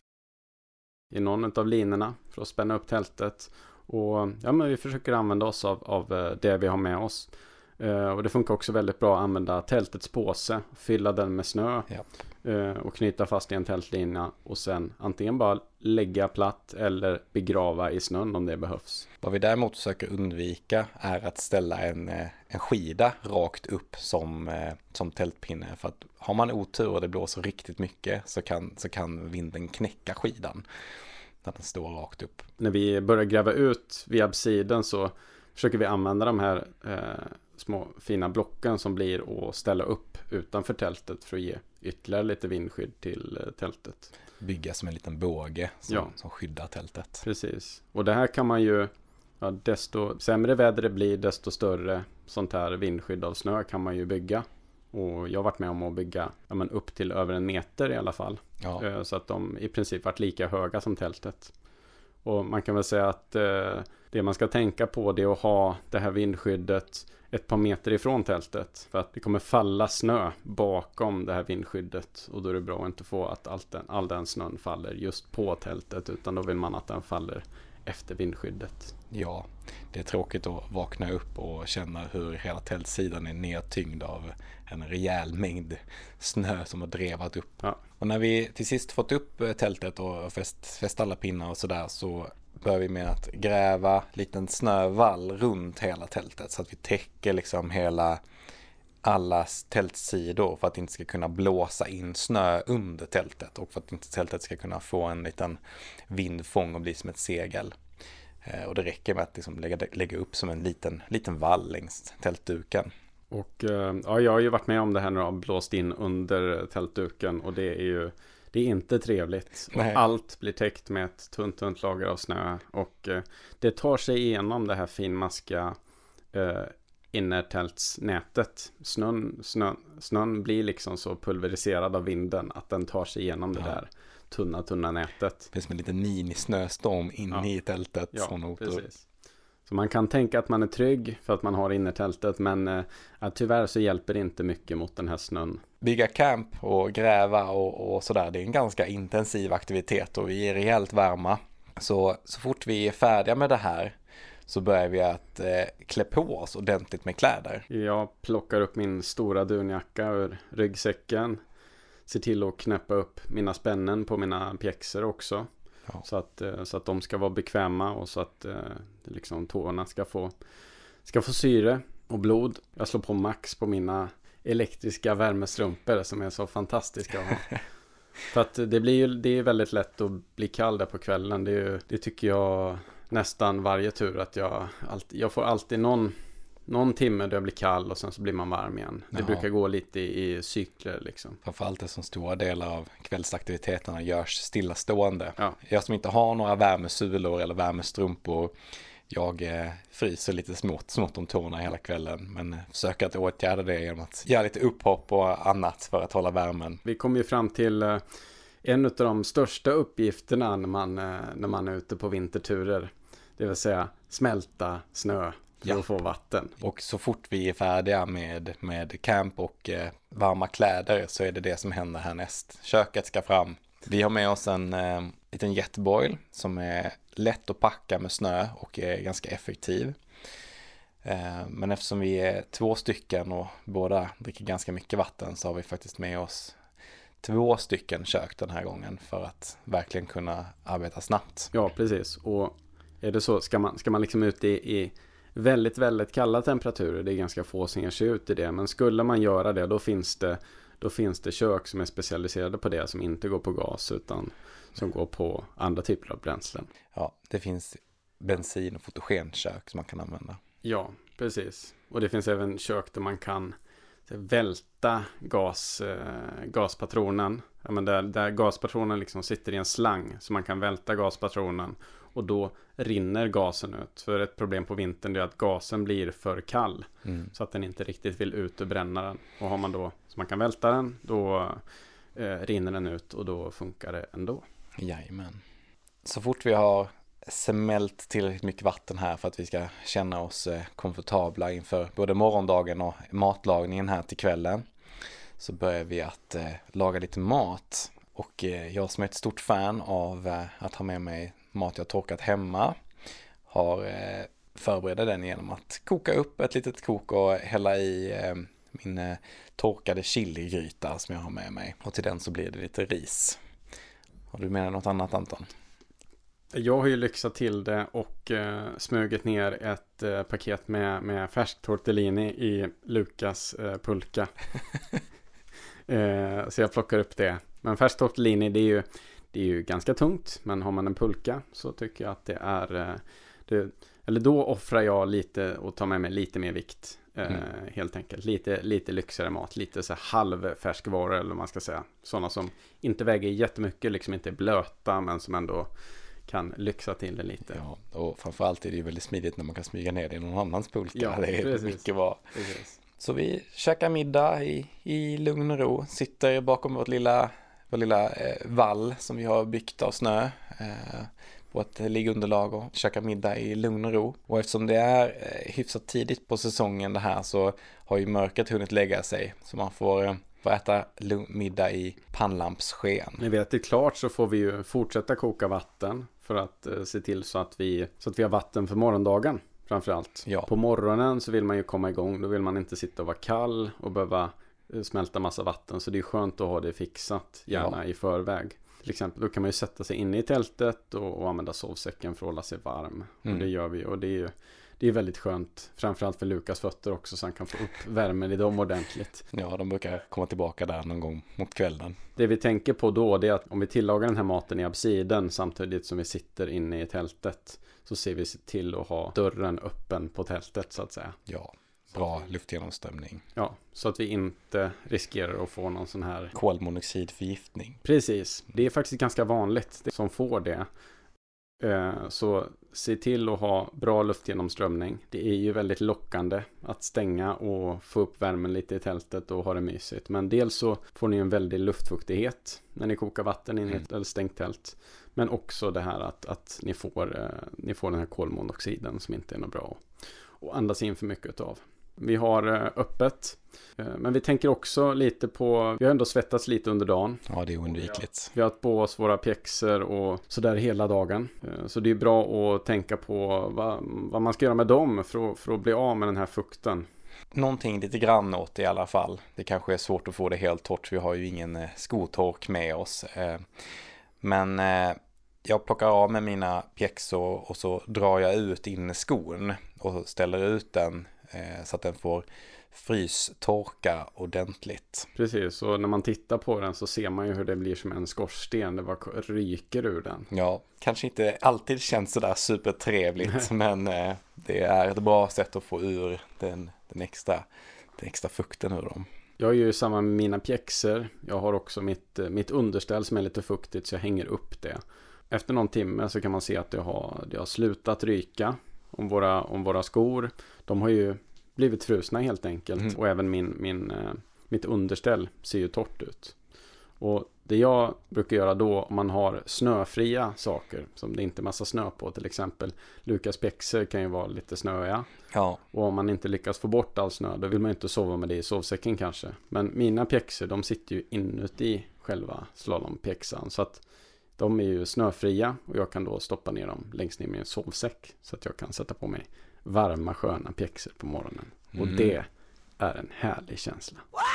i någon av linorna för att spänna upp tältet. Och ja, men vi försöker använda oss av, av det vi har med oss. Uh, och det funkar också väldigt bra att använda tältets påse, fylla den med snö ja. uh, och knyta fast i en tältlina och sen antingen bara lägga platt eller begrava i snön om det behövs. Vad vi däremot försöker undvika är att ställa en, en skida rakt upp som, som tältpinne, för att har man otur och det blåser riktigt mycket så kan, så kan vinden knäcka skidan när den står rakt upp. När vi börjar gräva ut vid absiden så försöker vi använda de här eh, små fina blocken som blir att ställa upp utanför tältet för att ge ytterligare lite vindskydd till eh, tältet. Bygga som en liten båge som, ja. som skyddar tältet. Precis. Och det här kan man ju, ja, desto sämre väder det blir, desto större sånt här vindskydd av snö kan man ju bygga. Och jag har varit med om att bygga ja, men upp till över en meter i alla fall. Ja. Eh, så att de i princip varit lika höga som tältet. Och man kan väl säga att eh, det man ska tänka på det är att ha det här vindskyddet ett par meter ifrån tältet. För att det kommer falla snö bakom det här vindskyddet. Och då är det bra att inte få att all den, all den snön faller just på tältet. Utan då vill man att den faller efter vindskyddet. Ja, det är tråkigt att vakna upp och känna hur hela tältsidan är nedtyngd av en rejäl mängd snö som har drevat upp. Ja. Och när vi till sist fått upp tältet och fäst, fäst alla pinnar och sådär, så börjar vi med att gräva liten snövall runt hela tältet så att vi täcker liksom hela alla tältsidor för att det inte ska kunna blåsa in snö under tältet och för att inte tältet ska kunna få en liten vindfång och bli som ett segel. Och det räcker med att liksom lägga, lägga upp som en liten, liten vall längs tältduken. Och ja, jag har ju varit med om det här när det har blåst in under tältduken och det är ju det är inte trevligt. Och allt blir täckt med ett tunt, tunt lager av snö och eh, det tar sig igenom det här finmaskiga eh, innertältsnätet. Snön, snö, snön blir liksom så pulveriserad av vinden att den tar sig igenom det ja. där tunna, tunna nätet. Det finns som en liten mini-snöstorm inne ja. i tältet. Ja, som precis. Så man kan tänka att man är trygg för att man har innertältet, men eh, tyvärr så hjälper det inte mycket mot den här snön. Bygga camp och gräva och, och sådär, det är en ganska intensiv aktivitet och vi är rejält varma. Så, så fort vi är färdiga med det här så börjar vi att eh, klä på oss ordentligt med kläder. Jag plockar upp min stora dunjacka ur ryggsäcken. Ser till att knäppa upp mina spännen på mina pjäxor också. Ja. Så, att, så att de ska vara bekväma och så att eh, liksom, tårna ska få, ska få syre och blod. Jag slår på max på mina elektriska värmestrumpor som är så fantastiska att ha. För att det blir ju, det är väldigt lätt att bli kall där på kvällen. Det, är ju, det tycker jag nästan varje tur att jag, alltid, jag får alltid någon, någon timme där jag blir kall och sen så blir man varm igen. Det Jaha. brukar gå lite i, i cykler liksom. Framförallt eftersom stora delar av kvällsaktiviteterna görs stillastående. Ja. Jag som inte har några värmesulor eller värmestrumpor, jag eh, fryser lite smått, smått om tårna hela kvällen, men eh, försöker att åtgärda det genom att göra lite upphopp och annat för att hålla värmen. Vi kommer ju fram till eh, en av de största uppgifterna när man, eh, när man är ute på vinterturer. Det vill säga smälta snö för ja. att få vatten. Och så fort vi är färdiga med, med camp och eh, varma kläder så är det det som händer härnäst. Köket ska fram. Vi har med oss en eh, liten jetboil som är lätt att packa med snö och är ganska effektiv. Eh, men eftersom vi är två stycken och båda dricker ganska mycket vatten så har vi faktiskt med oss två stycken kök den här gången för att verkligen kunna arbeta snabbt. Ja, precis. Och är det så, ska man, ska man liksom ut i, i väldigt, väldigt kalla temperaturer, det är ganska få som ger sig ut i det, men skulle man göra det, då finns det Då finns det kök som är specialiserade på det, som inte går på gas utan som går på andra typer av bränslen. Ja, det finns bensin- och fotogenkök som man kan använda. Ja, precis. Och det finns även kök där man kan välta gas, eh, gaspatronen. Ja, men där, där gaspatronen liksom sitter i en slang så man kan välta gaspatronen och då rinner gasen ut. För ett problem på vintern är att gasen blir för kall mm. så att den inte riktigt vill ut och bränna den. Och har man då så man kan välta den, då eh, rinner den ut och då funkar det ändå. Jajamän. Så fort vi har smält tillräckligt mycket vatten här för att vi ska känna oss komfortabla inför både morgondagen och matlagningen här till kvällen, så börjar vi att eh, laga lite mat. Och eh, jag som är ett stort fan av eh, att ha med mig mat jag torkat hemma har eh, förberett den genom att koka upp ett litet kok och hälla i eh, min eh, torkade chiligryta som jag har med mig. Och till den så blir det lite ris. Har du med något annat, Anton? Jag har ju lyxat till det och eh, smugit ner ett eh, paket med, med färsk tortellini i Lukas eh, pulka. eh, så jag plockar upp det. Men färsk tortellini, det är ju, det är ju ganska tungt. Men har man en pulka så tycker jag att det är... Eh, det, eller då offrar jag lite och tar med mig lite mer vikt. Eh, mm. Helt enkelt. Lite, lite lyxigare mat. Lite så halv färskvaror eller vad man ska säga. Sådana som inte väger jättemycket, liksom inte är blöta men som ändå kan lyxa till det lite. Ja, och framförallt är det ju väldigt smidigt när man kan smyga ner det i någon annans pulka. Ja, det är precis. mycket bra. Precis. Så vi käkar middag i, i lugn och ro. Sitter bakom vårt lilla, vår lilla eh, vall som vi har byggt av snö. Eh, på ett liggunderlag och käka middag i lugn och ro. Och eftersom det är eh, hyfsat tidigt på säsongen det här så har ju mörkret hunnit lägga sig. Så man får... Eh, För att äta middag i pannlampssken. När vi äter klart så får vi ju fortsätta koka vatten för att eh, se till så att, vi, så att vi har vatten för morgondagen framförallt. Ja. På morgonen så vill man ju komma igång. Då vill man inte sitta och vara kall och behöva eh, smälta massa vatten. Så det är skönt att ha det fixat gärna ja. i förväg. Till exempel då kan man ju sätta sig inne i tältet och, och använda sovsäcken för att hålla sig varm. Mm. Och det gör vi och det är ju Det är väldigt skönt, framförallt för Lukas fötter också så han kan få upp värmen i dem ordentligt. Ja, de brukar komma tillbaka där någon gång mot kvällen. Det vi tänker på då det är att om vi tillagar den här maten i absiden samtidigt som vi sitter inne i tältet så ser vi till att ha dörren öppen på tältet så att säga. Ja, bra luftgenomströmning. Ja, så att vi inte riskerar att få någon sån här kolmonoxidförgiftning. Precis, det är faktiskt ganska vanligt det som får det. Så se till att ha bra luftgenomströmning. Det är ju väldigt lockande att stänga och få upp värmen lite i tältet och ha det mysigt. Men dels så får ni en väldig luftfuktighet när ni kokar vatten in i ett mm. stängt tält. Men också det här att, att ni, får, ni får den här kolmonoxiden som inte är något bra att andas in för mycket av. Vi har öppet. Men vi tänker också lite på, vi har ändå svettats lite under dagen. Ja, det är oundvikligt. Vi har haft på oss våra pjäxor och sådär hela dagen. Så det är bra att tänka på vad, vad man ska göra med dem för att, för att bli av med den här fukten. Någonting lite grann åt det i alla fall. Det kanske är svårt att få det helt torrt. Vi har ju ingen skotork med oss. Men jag plockar av med mina pjäxor och så drar jag ut in skon och ställer ut den så att den får frystorka ordentligt. Precis, och när man tittar på den så ser man ju hur det blir som en skorsten. Det bara ryker ur den. Ja, kanske inte alltid känns sådär supertrevligt men eh, det är ett bra sätt att få ur den, den, extra, den extra fukten ur dem. Jag gör ju samma med mina pjäxor. Jag har också mitt, mitt underställ som är lite fuktigt så jag hänger upp det. Efter någon timme så kan man se att det har, det har slutat ryka om våra, om våra skor. De har ju blivit frusna helt enkelt. Mm. Och även min, min, eh, mitt underställ ser ju torrt ut. Och det jag brukar göra då om man har snöfria saker som det inte är massa snö på, till exempel Lukas pjäxor kan ju vara lite snöiga. Ja. Och om man inte lyckas få bort all snö då vill man inte sova med det i sovsäcken kanske. Men mina pjäxor de sitter ju inuti själva slalompjäxan så att de är ju snöfria och jag kan då stoppa ner dem längst ner i min sovsäck så att jag kan sätta på mig varma sköna pjäxor på morgonen. Mm. Och det är en härlig känsla.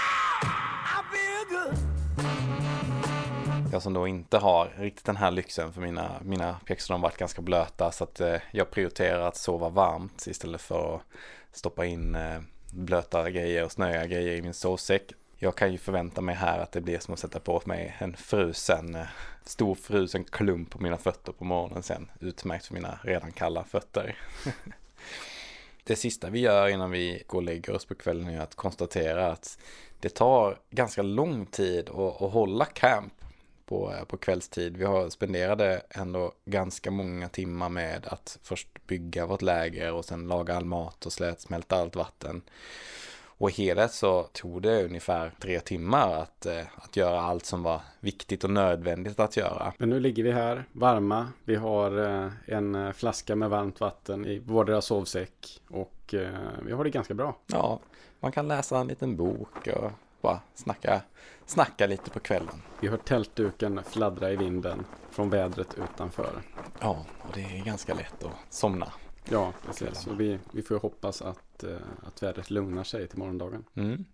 Jag som då inte har riktigt den här lyxen för mina, mina pjäxor har varit ganska blöta så att eh, jag prioriterar att sova varmt istället för att stoppa in eh, blöta grejer och snöiga grejer i min sovsäck. Jag kan ju förvänta mig här att det blir som att sätta på mig en frusen, eh, stor frusen klump på mina fötter på morgonen sen. Utmärkt för mina redan kalla fötter. Det sista vi gör innan vi går och lägger oss på kvällen är att konstatera att det tar ganska lång tid att, att hålla camp på, på kvällstid. Vi har spenderade ändå ganska många timmar med att först bygga vårt läger och sen laga all mat och slät, smälta allt vatten. Och i helhet så tog det ungefär tre timmar att, att göra allt som var viktigt och nödvändigt att göra. Men nu ligger vi här varma. Vi har en flaska med varmt vatten i vårdera sovsäck och vi har det ganska bra. Ja, man kan läsa en liten bok och bara snacka, snacka lite på kvällen. Vi hör tältduken fladdra i vinden från vädret utanför. Ja, och det är ganska lätt att somna. Ja, precis. Så vi, vi får hoppas att, att vädret lugnar sig till morgondagen. Mm.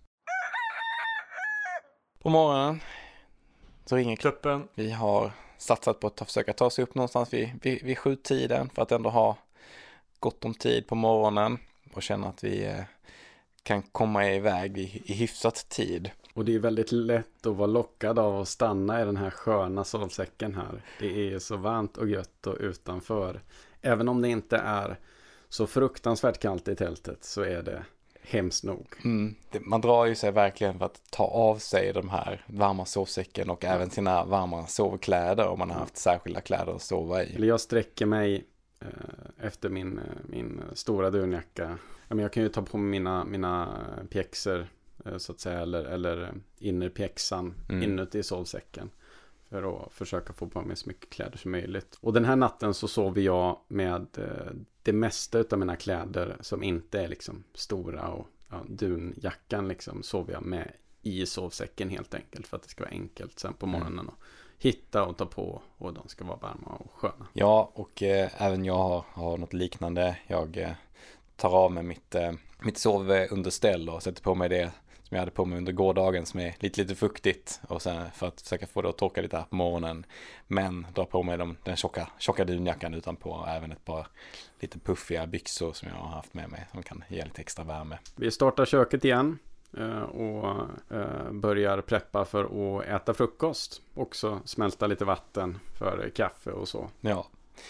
På morgonen så ringer klubben. Vi har satsat på att försöka ta sig upp någonstans vid, vid, vid sjutiden för att ändå ha gott om tid på morgonen och känna att vi eh, kan komma iväg i, i hyfsat tid. Och det är väldigt lätt att vara lockad av att stanna i den här sköna sovsäcken här. Det är så varmt och gött och utanför. Även om det inte är så fruktansvärt kallt i tältet så är det hemskt nog. Mm, det, man drar ju sig verkligen för att ta av sig de här varma sovsäcken och även sina varma sovkläder om man har haft särskilda kläder att sova i. Eller jag sträcker mig eh, efter min, min stora dunjacka. Ja, men jag kan ju ta på mig mina, mina pjäxor eh, så att säga eller, eller innerpjäxan mm. inuti sovsäcken. För att försöka få på mig så mycket kläder som möjligt. Och den här natten så sover jag med eh, det mesta av mina kläder som inte är liksom stora och ja, dunjackan liksom sover jag med i sovsäcken helt enkelt. För att det ska vara enkelt sen på morgonen mm. att hitta och ta på och de ska vara varma och sköna. Ja, och eh, även jag har, har något liknande. Jag eh, tar av mig mitt, eh, mitt sovunderställ och sätter på mig det som jag hade på mig under gårdagen som är lite lite fuktigt och sen för att försöka få det att torka lite här på morgonen, men drar på mig de, den tjocka, tjocka dunjackan utanpå och även ett par lite puffiga byxor som jag har haft med mig som kan ge lite extra värme. Vi startar köket igen och börjar preppa för att äta frukost, också smälta lite vatten för kaffe och så. Ja,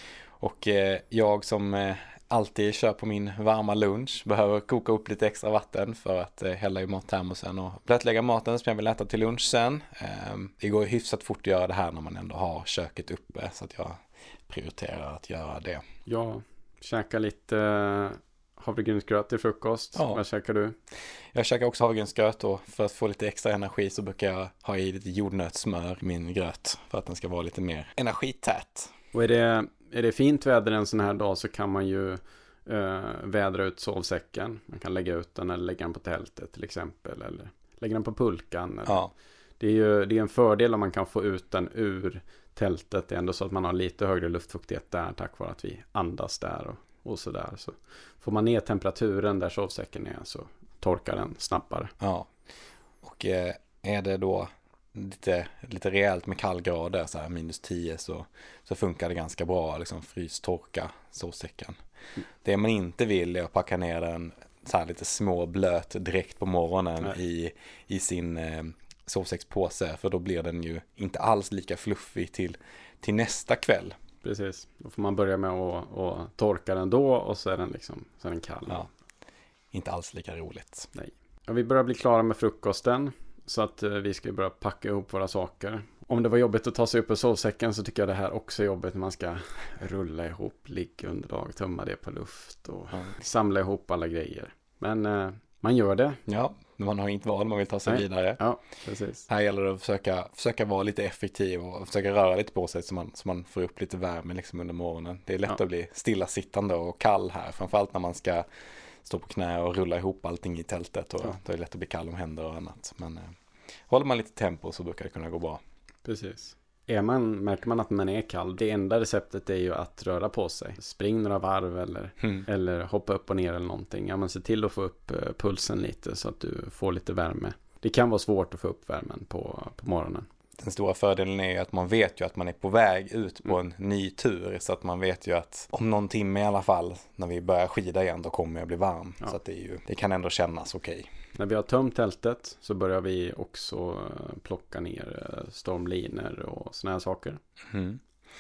och jag som alltid kör på min varma lunch behöver koka upp lite extra vatten för att eh, hälla i mattermosen och blötlägga maten som jag vill äta till lunch sen. Eh, det går hyfsat fort att göra det här när man ändå har köket uppe så att jag prioriterar att göra det. Ja, käka lite eh, havregrynsgröt till frukost. Ja. Vad käkar du? Jag käkar också havregrynsgröt och för att få lite extra energi så brukar jag ha i lite jordnötssmör i min gröt för att den ska vara lite mer energität. Och är det Är det fint väder en sån här dag så kan man ju eh, vädra ut sovsäcken. Man kan lägga ut den eller lägga den på tältet till exempel. Eller lägga den på pulkan. Eller. Ja. Det är ju det är en fördel om man kan få ut den ur tältet. Det är ändå så att man har lite högre luftfuktighet där tack vare att vi andas där och, och sådär. Så får man ner temperaturen där sovsäcken är så torkar den snabbare. Ja, och eh, är det då lite, lite rejält med kallgrader, så här minus tio, så, så funkar det ganska bra, liksom frystorka sovsäcken. Mm. Det man inte vill är att packa ner den så här lite småblöt direkt på morgonen i, i sin eh, sovsäckspåse, för då blir den ju inte alls lika fluffig till, till nästa kväll. Precis, då får man börja med att, att torka den då och så är den liksom så är den kall. Ja. Inte alls lika roligt. Nej. Ja, vi börjar bli klara med frukosten. Så att eh, vi ska börja packa ihop våra saker. Om det var jobbigt att ta sig upp ur sovsäcken så tycker jag det här också är jobbigt när man ska rulla ihop liggunderlag, tömma det på luft och mm. samla ihop alla grejer. Men eh, man gör det. Ja, man har inte val, man vill ta sig Nej. vidare. Ja, precis. Här gäller det att försöka, försöka vara lite effektiv och försöka röra lite på sig så man, så man får upp lite värme liksom under morgonen. Det är lätt ja. att bli stillasittande och kall här, framförallt när man ska stå på knä och rulla ihop allting i tältet och ja. då är det lätt att bli kall om händer och annat. Men eh, håller man lite tempo så brukar det kunna gå bra. Precis. Är man, märker man att man är kall, det enda receptet är ju att röra på sig. Spring några varv eller, mm. eller hoppa upp och ner eller någonting. Ja, men se till att få upp uh, pulsen lite så att du får lite värme. Det kan vara svårt att få upp värmen på, på morgonen. Den stora fördelen är ju att man vet ju att man är på väg ut på en ny tur, så att man vet ju att om någon timme i alla fall när vi börjar skida igen då kommer jag bli varm. Ja. Så att det, är ju, det kan ändå kännas okej. Okay. När vi har tömt tältet så börjar vi också plocka ner stormliner och såna här saker. Mm.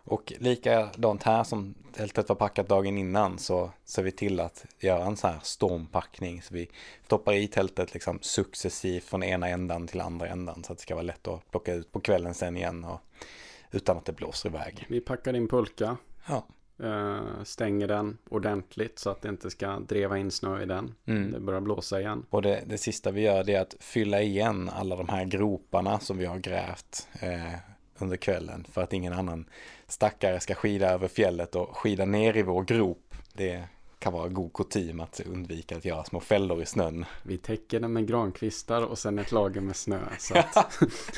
Och likadant här som tältet var packat dagen innan så ser vi till att göra en sån här stormpackning. Så vi stoppar i tältet liksom successivt från ena ändan till andra ändan så att det ska vara lätt att plocka ut på kvällen sen igen och, utan att det blåser iväg. Vi packar in pulka. Ja. Stänger den ordentligt så att det inte ska dreva in snö i den. Mm. Det börjar blåsa igen. Och det, det sista vi gör det är att fylla igen alla de här groparna som vi har grävt eh, under kvällen för att ingen annan stackare ska skida över fjället och skida ner i vår grop. Det kan vara god kutym att undvika att göra små fällor i snön. Vi täcker den med grankvistar och sen ett lager med snö. Så att...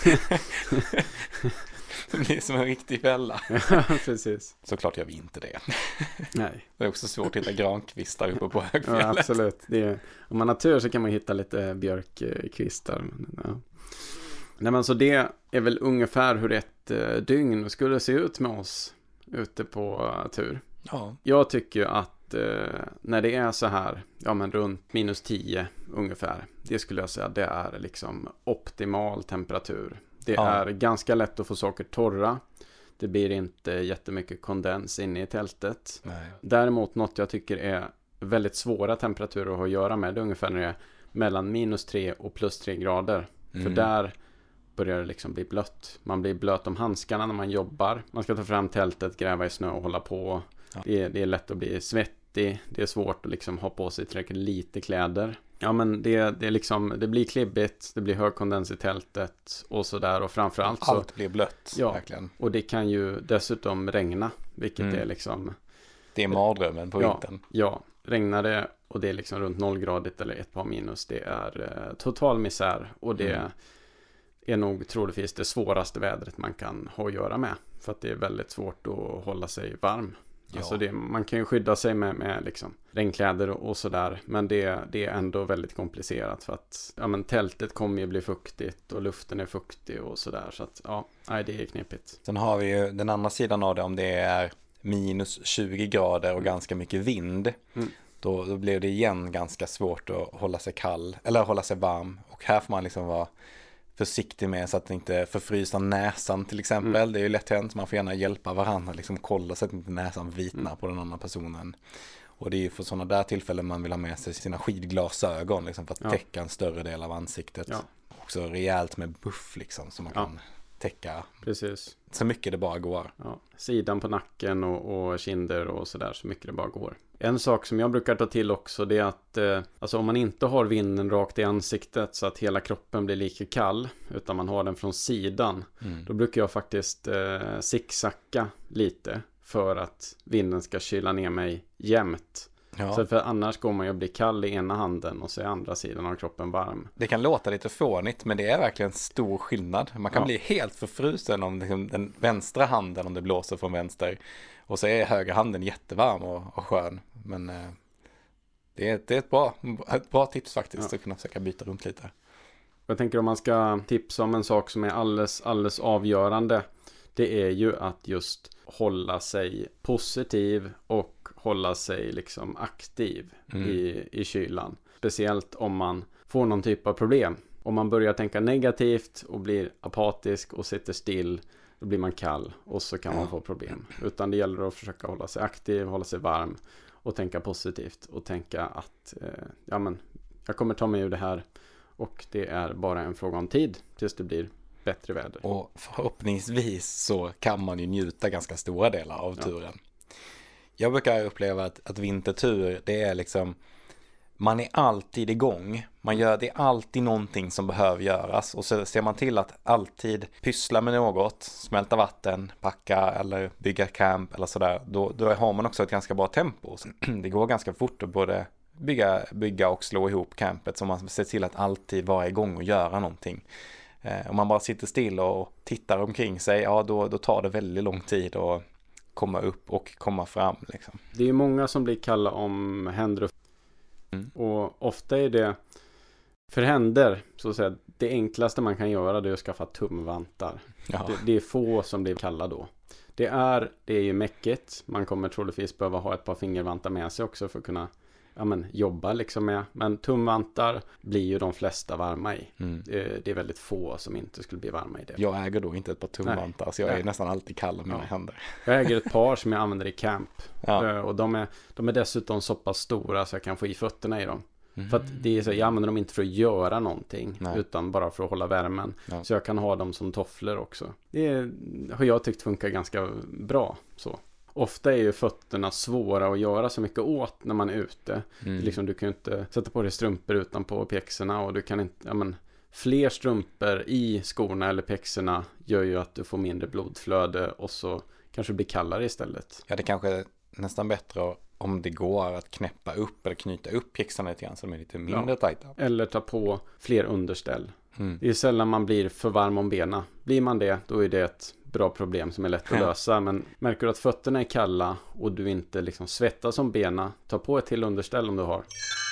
Det blir som en riktig fälla. Ja, precis. Såklart gör vi inte det. Nej. Det är också svårt att hitta grankvistar uppe på högfjället. Ja, absolut. Det är, om man har tur så kan man hitta lite björkkvistar. Men, ja. Nej, men så det är väl ungefär hur ett eh, dygn skulle se ut med oss ute på uh, tur. Ja. Jag tycker ju att eh, när det är så här, ja men runt minus tio ungefär, det skulle jag säga det är liksom optimal temperatur. Det ja. är ganska lätt att få saker torra. Det blir inte jättemycket kondens inne i tältet. Nej. Däremot något jag tycker är väldigt svåra temperaturer att ha att göra med, det är ungefär när det är mellan minus tre och plus tre grader. Mm. För där börjar det liksom bli blött. Man blir blöt om handskarna när man jobbar. Man ska ta fram tältet, gräva i snö och hålla på. Ja. Det, är, det är lätt att bli svettig. Det är svårt att liksom ha på sig tillräckligt lite kläder. Ja, men det, det, är liksom, det blir klibbigt, det blir hög kondens i tältet och sådär. Och framförallt så... Allt blir blött, ja, verkligen. Och det kan ju dessutom regna, vilket mm. är liksom... Det är mardrömmen på ja, vintern. Ja, regnar det och det är liksom runt nollgradigt eller ett par minus. Det är eh, total misär och det mm. är nog troligtvis det svåraste vädret man kan ha att göra med. För att det är väldigt svårt att hålla sig varm. Ja. Alltså det, man kan ju skydda sig med, med liksom regnkläder och, och sådär. Men det, det är ändå väldigt komplicerat. För att ja, men tältet kommer ju bli fuktigt och luften är fuktig och sådär. Så att ja, nej, det är knepigt. Sen har vi ju den andra sidan av det, om det är minus tjugo grader och mm. ganska mycket vind. Mm. Då, då blir det igen ganska svårt att hålla sig kall eller hålla sig varm. Och här får man liksom vara försiktig med så att det inte förfrysa näsan till exempel. Mm. Det är ju lätt hänt, man får gärna hjälpa varandra, liksom kolla så att inte näsan vitnar mm. på den andra personen. Och det är ju för sådana där tillfällen man vill ha med sig sina skidglasögon liksom, för att ja. täcka en större del av ansiktet. Ja. Också rejält med buff liksom, så man ja. kan täcka Precis. så mycket det bara går. Ja. Sidan på nacken och, och kinder och sådär, så mycket det bara går. En sak som jag brukar ta till också, det är att eh, alltså om man inte har vinden rakt i ansiktet så att hela kroppen blir lika kall, utan man har den från sidan, mm. då brukar jag faktiskt eh, zigzacka lite för att vinden ska kyla ner mig jämnt. Ja. Så för annars går man ju att bli kall i ena handen och så är andra sidan av kroppen varm. Det kan låta lite fånigt, men det är verkligen stor skillnad. Man kan ja. bli helt förfrusen om liksom den vänstra handen, om det blåser från vänster. Och så är höger handen jättevarm och, och skön. Men eh, det, är, det är ett bra, ett bra tips faktiskt, ja. att kunna försöka byta runt lite. Jag tänker om man ska tipsa om en sak som är alldeles, alldeles avgörande. Det är ju att just hålla sig positiv och hålla sig liksom aktiv mm. i, i kylan. Speciellt om man får någon typ av problem. Om man börjar tänka negativt och blir apatisk och sitter still, då blir man kall och så kan ja. man få problem. Utan det gäller att försöka hålla sig aktiv, hålla sig varm och tänka positivt. Och tänka att eh, ja, men, jag kommer ta mig ur det här och det är bara en fråga om tid tills det blir bättre väder. Och förhoppningsvis så kan man ju njuta ganska stora delar av turen. Ja. Jag brukar uppleva att, att vintertur, det är liksom, man är alltid igång. Man gör, det är alltid någonting som behöver göras. Och så ser man till att alltid pyssla med något, smälta vatten, packa eller bygga camp eller sådär. Då, då har man också ett ganska bra tempo. Så det går ganska fort att både bygga, bygga och slå ihop campet. Så man ser till att alltid vara igång och göra någonting. Eh, om man bara sitter still och tittar omkring sig, ja då, då tar det väldigt lång tid att komma upp och komma fram. Liksom. Det är många som blir kalla om händer och mm. och ofta är det för händer, så att säga, det enklaste man kan göra det är att skaffa tumvantar. Ja. Det, det är få som blir kalla då. Det är, det är ju mäckigt. Man kommer troligtvis behöva ha ett par fingervantar med sig också för att kunna ja, men, jobba liksom med. Men tumvantar blir ju de flesta varma i. Mm. Det, det är väldigt få som inte skulle bli varma i det. Jag äger då inte ett par tumvantar, så jag Nej. är nästan alltid kall med mina Ja. händer. Jag äger ett par som jag använder i camp. Ja. Och de är, de är dessutom så pass stora så jag kan få i fötterna i dem. Mm. För att det är så, jag använder dem inte för att göra någonting, Nej. utan bara för att hålla värmen. Ja. Så jag kan ha dem som tofflor också. Det är, har jag tyckt funkar ganska bra så. Ofta är ju fötterna svåra att göra så mycket åt när man är ute. Mm. Liksom, du kan ju inte sätta på dig strumpor utanpå pjäxorna och du kan inte, ja men, fler strumpor i skorna eller pjäxorna gör ju att du får mindre blodflöde och så kanske det blir kallare istället. Ja, det kanske är nästan bättre om det går att knäppa upp eller knyta upp pjäxorna lite grann så de är lite mindre Ja. tajta. Eller ta på fler underställ. Mm. Det är sällan man blir för varm om benen. Blir man det, då är det ett bra problem som är lätt att Ja. lösa. Men märker du att fötterna är kalla och du inte liksom svettas som benen, ta på ett till underställ om du har.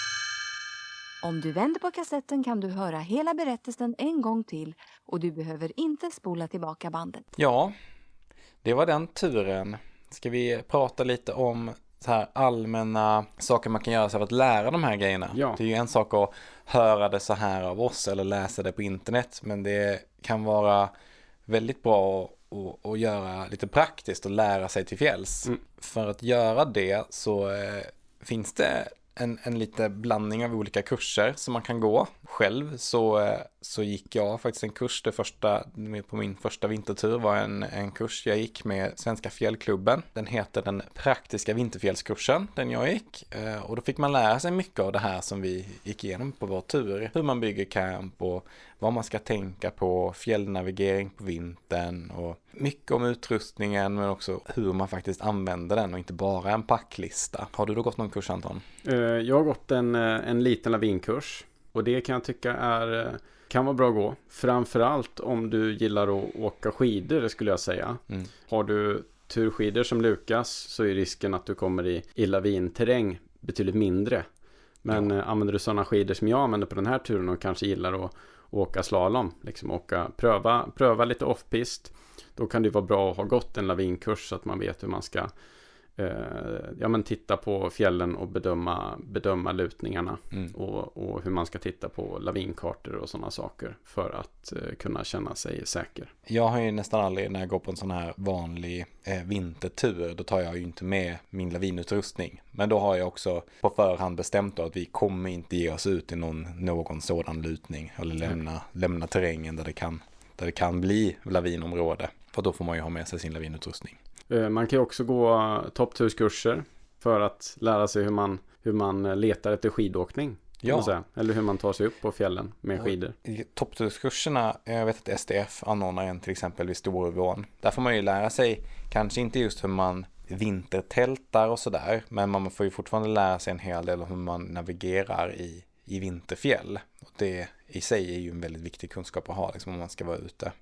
Om du vänder på kassetten kan du höra hela berättelsen en gång till och du behöver inte spola tillbaka bandet. Ja, det var den turen. Ska vi prata lite om så här allmänna saker man kan göra sig för att lära de här grejerna? Ja. Det är ju en sak att höra det så här av oss eller läsa det på internet, men det kan vara väldigt bra att, att göra lite praktiskt och lära sig till fjälls. Mm. För att göra det så eh, finns det en, en lite blandning av olika kurser som man kan gå. Själv så, eh, så gick jag faktiskt en kurs, det första, på min första vintertur var en, en kurs jag gick med Svenska fjällklubben. Den heter den praktiska vinterfjällskursen, den jag gick. Eh, och då fick man lära sig mycket av det här som vi gick igenom på vår tur. Hur man bygger camp och vad man ska tänka på, fjällnavigering på vintern och mycket om utrustningen men också hur man faktiskt använder den och inte bara en packlista. Har du då gått någon kurs, Anton? Eh, Jag har gått en, eh, en liten lavinkurs och det kan jag tycka är, eh, kan vara bra att gå. Framförallt om du gillar att åka skidor, det skulle jag säga. Mm. Har du turskidor som Lukas så är risken att du kommer i, i lavinterräng betydligt mindre. Men Ja. eh, använder du sådana skidor som jag använder på den här turen och kanske gillar att åka slalom, liksom åka, pröva, pröva lite off-pist, då kan det vara bra att ha gått en lavinkurs så att man vet hur man ska eh, ja, men titta på fjällen och bedöma, bedöma lutningarna Mm. och, och hur man ska titta på lavinkartor och sådana saker för att eh, kunna känna sig säker. Jag har ju nästan aldrig, när jag går på en sån här vanlig eh, vintertur, då tar jag ju inte med min lavinutrustning. Men då har jag också på förhand bestämt då att vi kommer inte ge oss ut i någon, någon sådan lutning eller lämna, mm. lämna terrängen där det, kan, där det kan bli lavinområde. För då får man ju ha med sig sin lavinutrustning. Eh, man kan ju också gå toppturskurser för att lära sig hur man, hur man letar efter skidåkning. Ja. Man säga. Eller hur man tar sig upp på fjällen med skidor. I toppturskurserna, jag vet att S D F anordnar en till exempel vid Storuvån. Där får man ju lära sig, kanske inte just hur man vintertältar och sådär, men man får ju fortfarande lära sig en hel del om hur man navigerar i, i vinterfjäll. Och det i sig är ju en väldigt viktig kunskap att ha liksom, om man ska vara ute.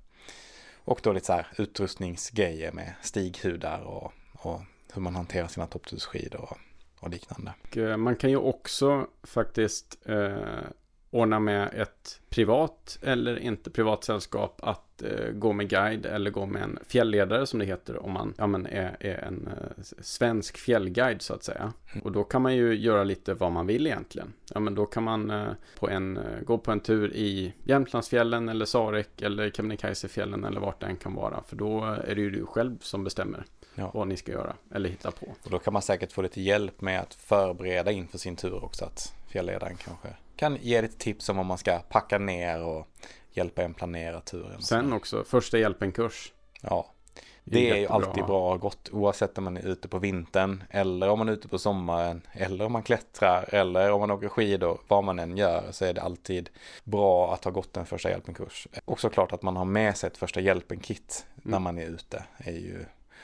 Och då lite så här utrustningsgrejer med stighudar och, och hur man hanterar sina topptursskidor och, och liknande. Och, eh, man kan ju också faktiskt eh, ordna med ett privat eller inte privat sällskap att eh, gå med guide eller gå med en fjällledare som det heter om man ja, men är, är en eh, svensk fjällguide så att säga. Mm. Och då kan man ju göra lite vad man vill egentligen. Ja, men då kan man eh, på en, eh, gå på en tur i Jämtlandsfjällen eller Sarek eller Kebnekaisefjällen eller vart det än kan vara. För då är det ju du själv som bestämmer ja. vad ni ska göra eller hitta på. Och då kan man säkert få lite hjälp med att förbereda inför sin tur också, att fjällledaren kanske kan ge lite tips om vad man ska packa ner och hjälpa en planera turen. Sen också, första hjälpen-kurs. Ja, det är ju alltid bra gott oavsett om man är ute på vintern eller om man är ute på sommaren eller om man klättrar eller om man åker skidor. Vad man än gör så är det alltid bra att ha gått en första hjälpen-kurs. Och såklart att man har med sig ett första hjälpen-kit när man är ute är ju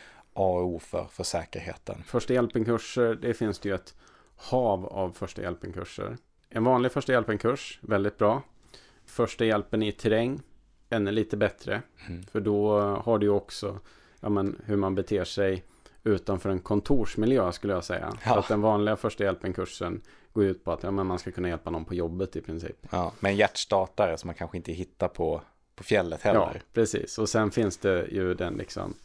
A och O för, för säkerheten. Första hjälpen-kurser, det finns det ju ett hav av första hjälpen-kurser. En vanlig första hjälpen-kurs, väldigt bra. Första hjälpen i terräng, ännu lite bättre. Mm. För då har du ju också ja, men, hur man beter sig utanför en kontorsmiljö skulle jag säga. Ja. För att den vanliga första hjälpen-kursen går ut på att ja, men man ska kunna hjälpa någon på jobbet i princip. Ja, med en hjärtstartare som man kanske inte hittar på, på fjället heller. Ja, precis. Och sen finns det ju den liksom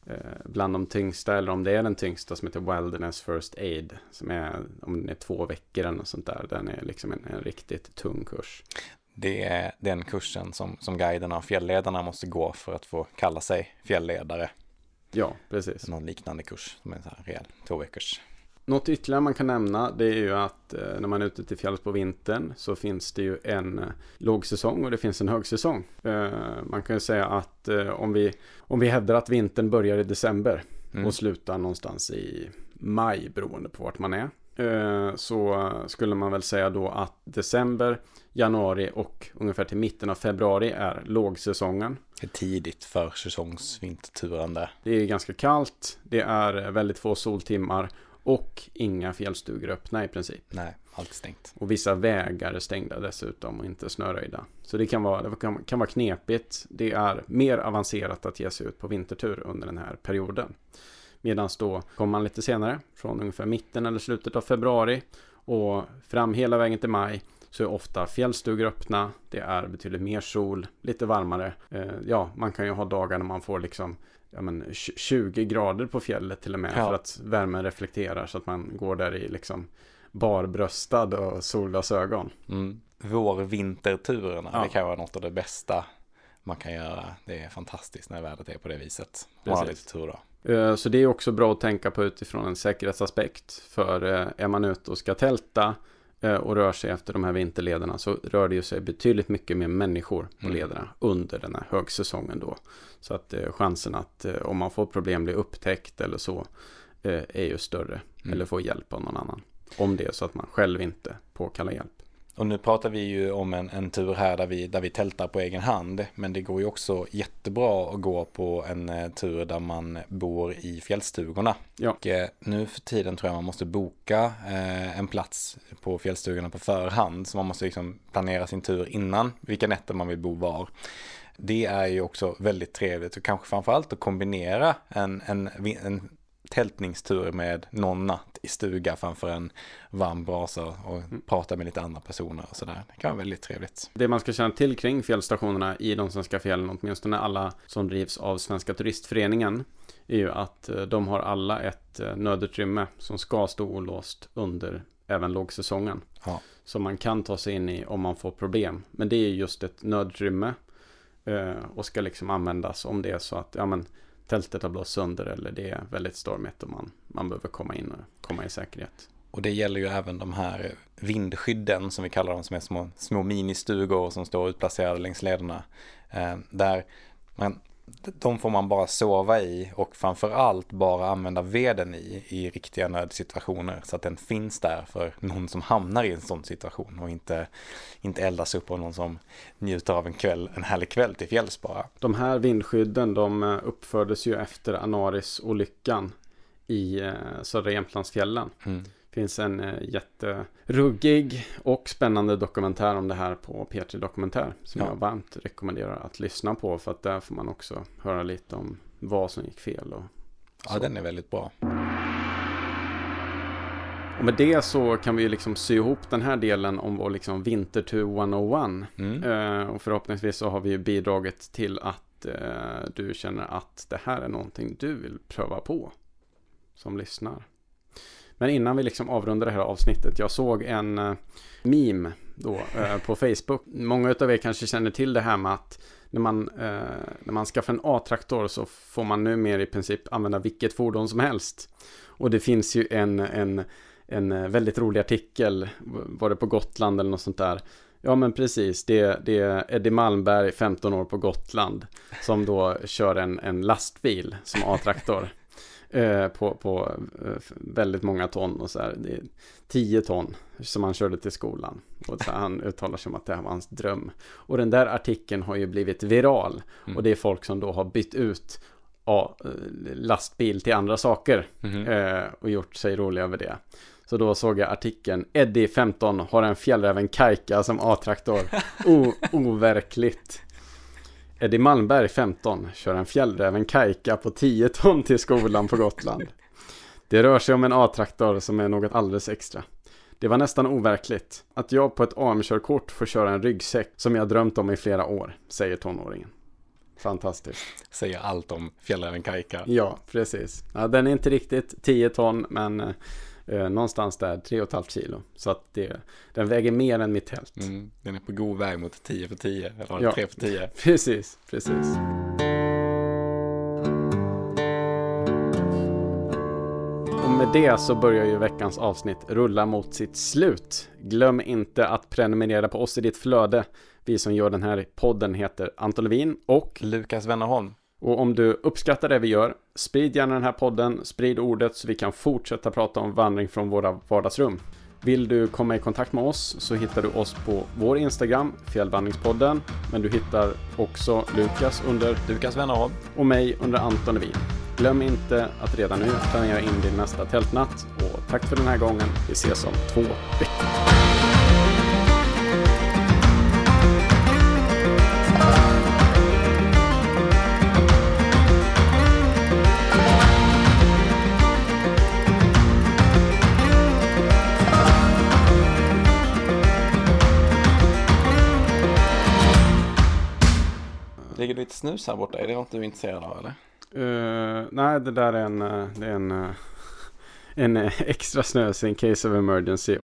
eh, bland de tyngsta, eller om det är den tyngsta, som heter Wilderness First Aid, som är, om den är två veckor eller något sånt där, den är liksom en, en riktigt tung kurs. Det är den kursen som, som guiderna och fjällledarna måste gå för att få kalla sig fjällledare. Ja, precis. Någon liknande kurs som är en sån här rejäl två veckors. Något ytterligare man kan nämna, det är ju att eh, när man är ute till fjälls på vintern så finns det ju en eh, lågsäsong och det finns en högsäsong. Eh, man kan ju säga att eh, om, vi, om vi hävdar att vintern börjar i december mm. och slutar någonstans i maj, beroende på vart man är, eh, så skulle man väl säga då att december, januari och ungefär till mitten av februari är lågsäsongen. Det är tidigt för säsongsvinterturen där. Det är ganska kallt, det är väldigt få soltimmar och inga fjällstugor öppna i princip. Nej, allt stängt. Och vissa vägar är stängda dessutom och inte snöröjda. Så det kan vara, det kan, kan vara knepigt. Det är mer avancerat att ge sig ut på vintertur under den här perioden. Medan då kommer man lite senare, från ungefär mitten eller slutet av februari och fram hela vägen till maj, så är ofta fjällstugor öppna. Det är betydligt mer sol, lite varmare. Eh, ja, man kan ju ha dagar när man får liksom ja, men tjugo grader på fjället till och med, ja. För att värmen reflekterar så att man går där i liksom barbröstad och solglasögon. Mm. Vår-vinterturerna, ja. Det kan vara något av det bästa man kan göra. Det är fantastiskt när vädret är på det viset. Man har lite tur då. Så det är också bra att tänka på utifrån en säkerhetsaspekt. För är man ute och ska tälta och rör sig efter de här vinterlederna, så rör det ju sig betydligt mycket mer människor på lederna mm. under den här högsäsongen då. Så att eh, chansen att eh, om man får problem bli upptäckt eller så eh, är ju större. Mm. Eller få hjälp av någon annan. Om det är så att man själv inte påkallar hjälp. Och nu pratar vi ju om en, en tur här där vi, där vi tältar på egen hand. Men det går ju också jättebra att gå på en uh, tur där man bor i fjällstugorna. Ja. Och uh, nu för tiden tror jag man måste boka uh, en plats på fjällstugorna på förhand. Så man måste liksom planera sin tur innan vilka nätter man vill bo var. Det är ju också väldigt trevligt och kanske framförallt att kombinera en, en, en tältningstur med någon natt i stuga framför en varm brasa och mm. prata med lite andra personer och sådär. Det kan vara väldigt trevligt. Det man ska känna till kring fjällstationerna i de svenska fjällen, åtminstone alla som drivs av Svenska turistföreningen, är ju att de har alla ett nödutrymme som ska stå olåst under även lågsäsongen. Ja. Så man kan ta sig in i om man får problem. Men det är just ett nödutrymme och ska liksom användas om det är så att ja, men, tältet har blåst sönder eller det är väldigt stormigt och man, man behöver komma in och komma i säkerhet. Och det gäller ju även de här vindskydden som vi kallar dem, som är små, små ministugor som står utplacerade längs lederna. Eh, där man, de får man bara sova i och framförallt bara använda veden i i riktiga nödsituationer så att den finns där för någon som hamnar i en sån situation och inte, inte eldas upp av någon som njuter av en kväll, en härlig kväll till fjälls bara. De här vindskydden, de uppfördes ju efter Anaris-olyckan i eh, södra Jämtlandsfjällen. Mm. Det finns en eh, jätteruggig och spännande dokumentär om det här på P tre Dokumentär som ja. jag varmt rekommenderar att lyssna på, för att där får man också höra lite om vad som gick fel. Och ja, så. Den är väldigt bra. Och med det så kan vi liksom sy ihop den här delen om vår liksom vintertur etthundraett. Mm. Eh, och förhoppningsvis så har vi bidragit till att eh, du känner att det här är någonting du vill pröva på som lyssnar. Men innan vi liksom avrundar det här avsnittet, jag såg en uh, meme då uh, på Facebook. Många av er kanske känner till det här med att när man, uh, när man skaffar en A-traktor så får man numera i princip använda vilket fordon som helst. Och det finns ju en, en, en väldigt rolig artikel, var det på Gotland eller något sånt där. Ja men precis, det, det är Eddie Malmberg, femton år på Gotland, som då kör en, en lastbil som A-traktor. Eh, på, på eh, väldigt många ton och så här, det är tio ton som han körde till skolan och så här, han uttalar sig om att det här var hans dröm, och den där artikeln har ju blivit viral mm. och det är folk som då har bytt ut ja, lastbil till andra saker mm. eh, och gjort sig roliga över det. Så då såg jag artikeln: Eddie femton har en fjällräven kajka som A-traktor. O- overkligt. Eddie Malmberg femton kör en fjällräven kajka på tio ton till skolan på Gotland. Det rör sig om en A-traktor som är något alldeles extra. Det var nästan overkligt att jag på ett A M-körkort får köra en ryggsäck som jag drömt om i flera år, säger tonåringen. fantastiskt. Säger allt om fjällräven Kajka. Ja, precis. Ja, den är inte riktigt tio ton, men eh, någonstans där tre och ett halvt kilo. Så att det, den väger mer än mitt tält. Mm, den är på god väg mot tio för tio, eller ja, tre för tio. Precis, precis. Och med det så börjar ju veckans avsnitt rulla mot sitt slut. Glöm inte att prenumerera på oss i ditt flöde. Vi som gör den här podden heter Anton Levin och Lukas Wennerholm. Och om du uppskattar det vi gör, sprid gärna den här podden, sprid ordet så vi kan fortsätta prata om vandring från våra vardagsrum. Vill du komma i kontakt med oss så hittar du oss på vår Instagram, Fjällvandringspodden. Men du hittar också Lukas under Lukas Wennerholm och mig under Anton Levin. Glöm inte att redan nu planera in din nästa tältnatt. Och tack för den här gången. Vi ses om två veckor. Ligger det lite snus här borta? Är det något du är intresserad av, eller? Uh, nej, det där är en, uh, det är en, uh, en uh, extra snus in case of emergency.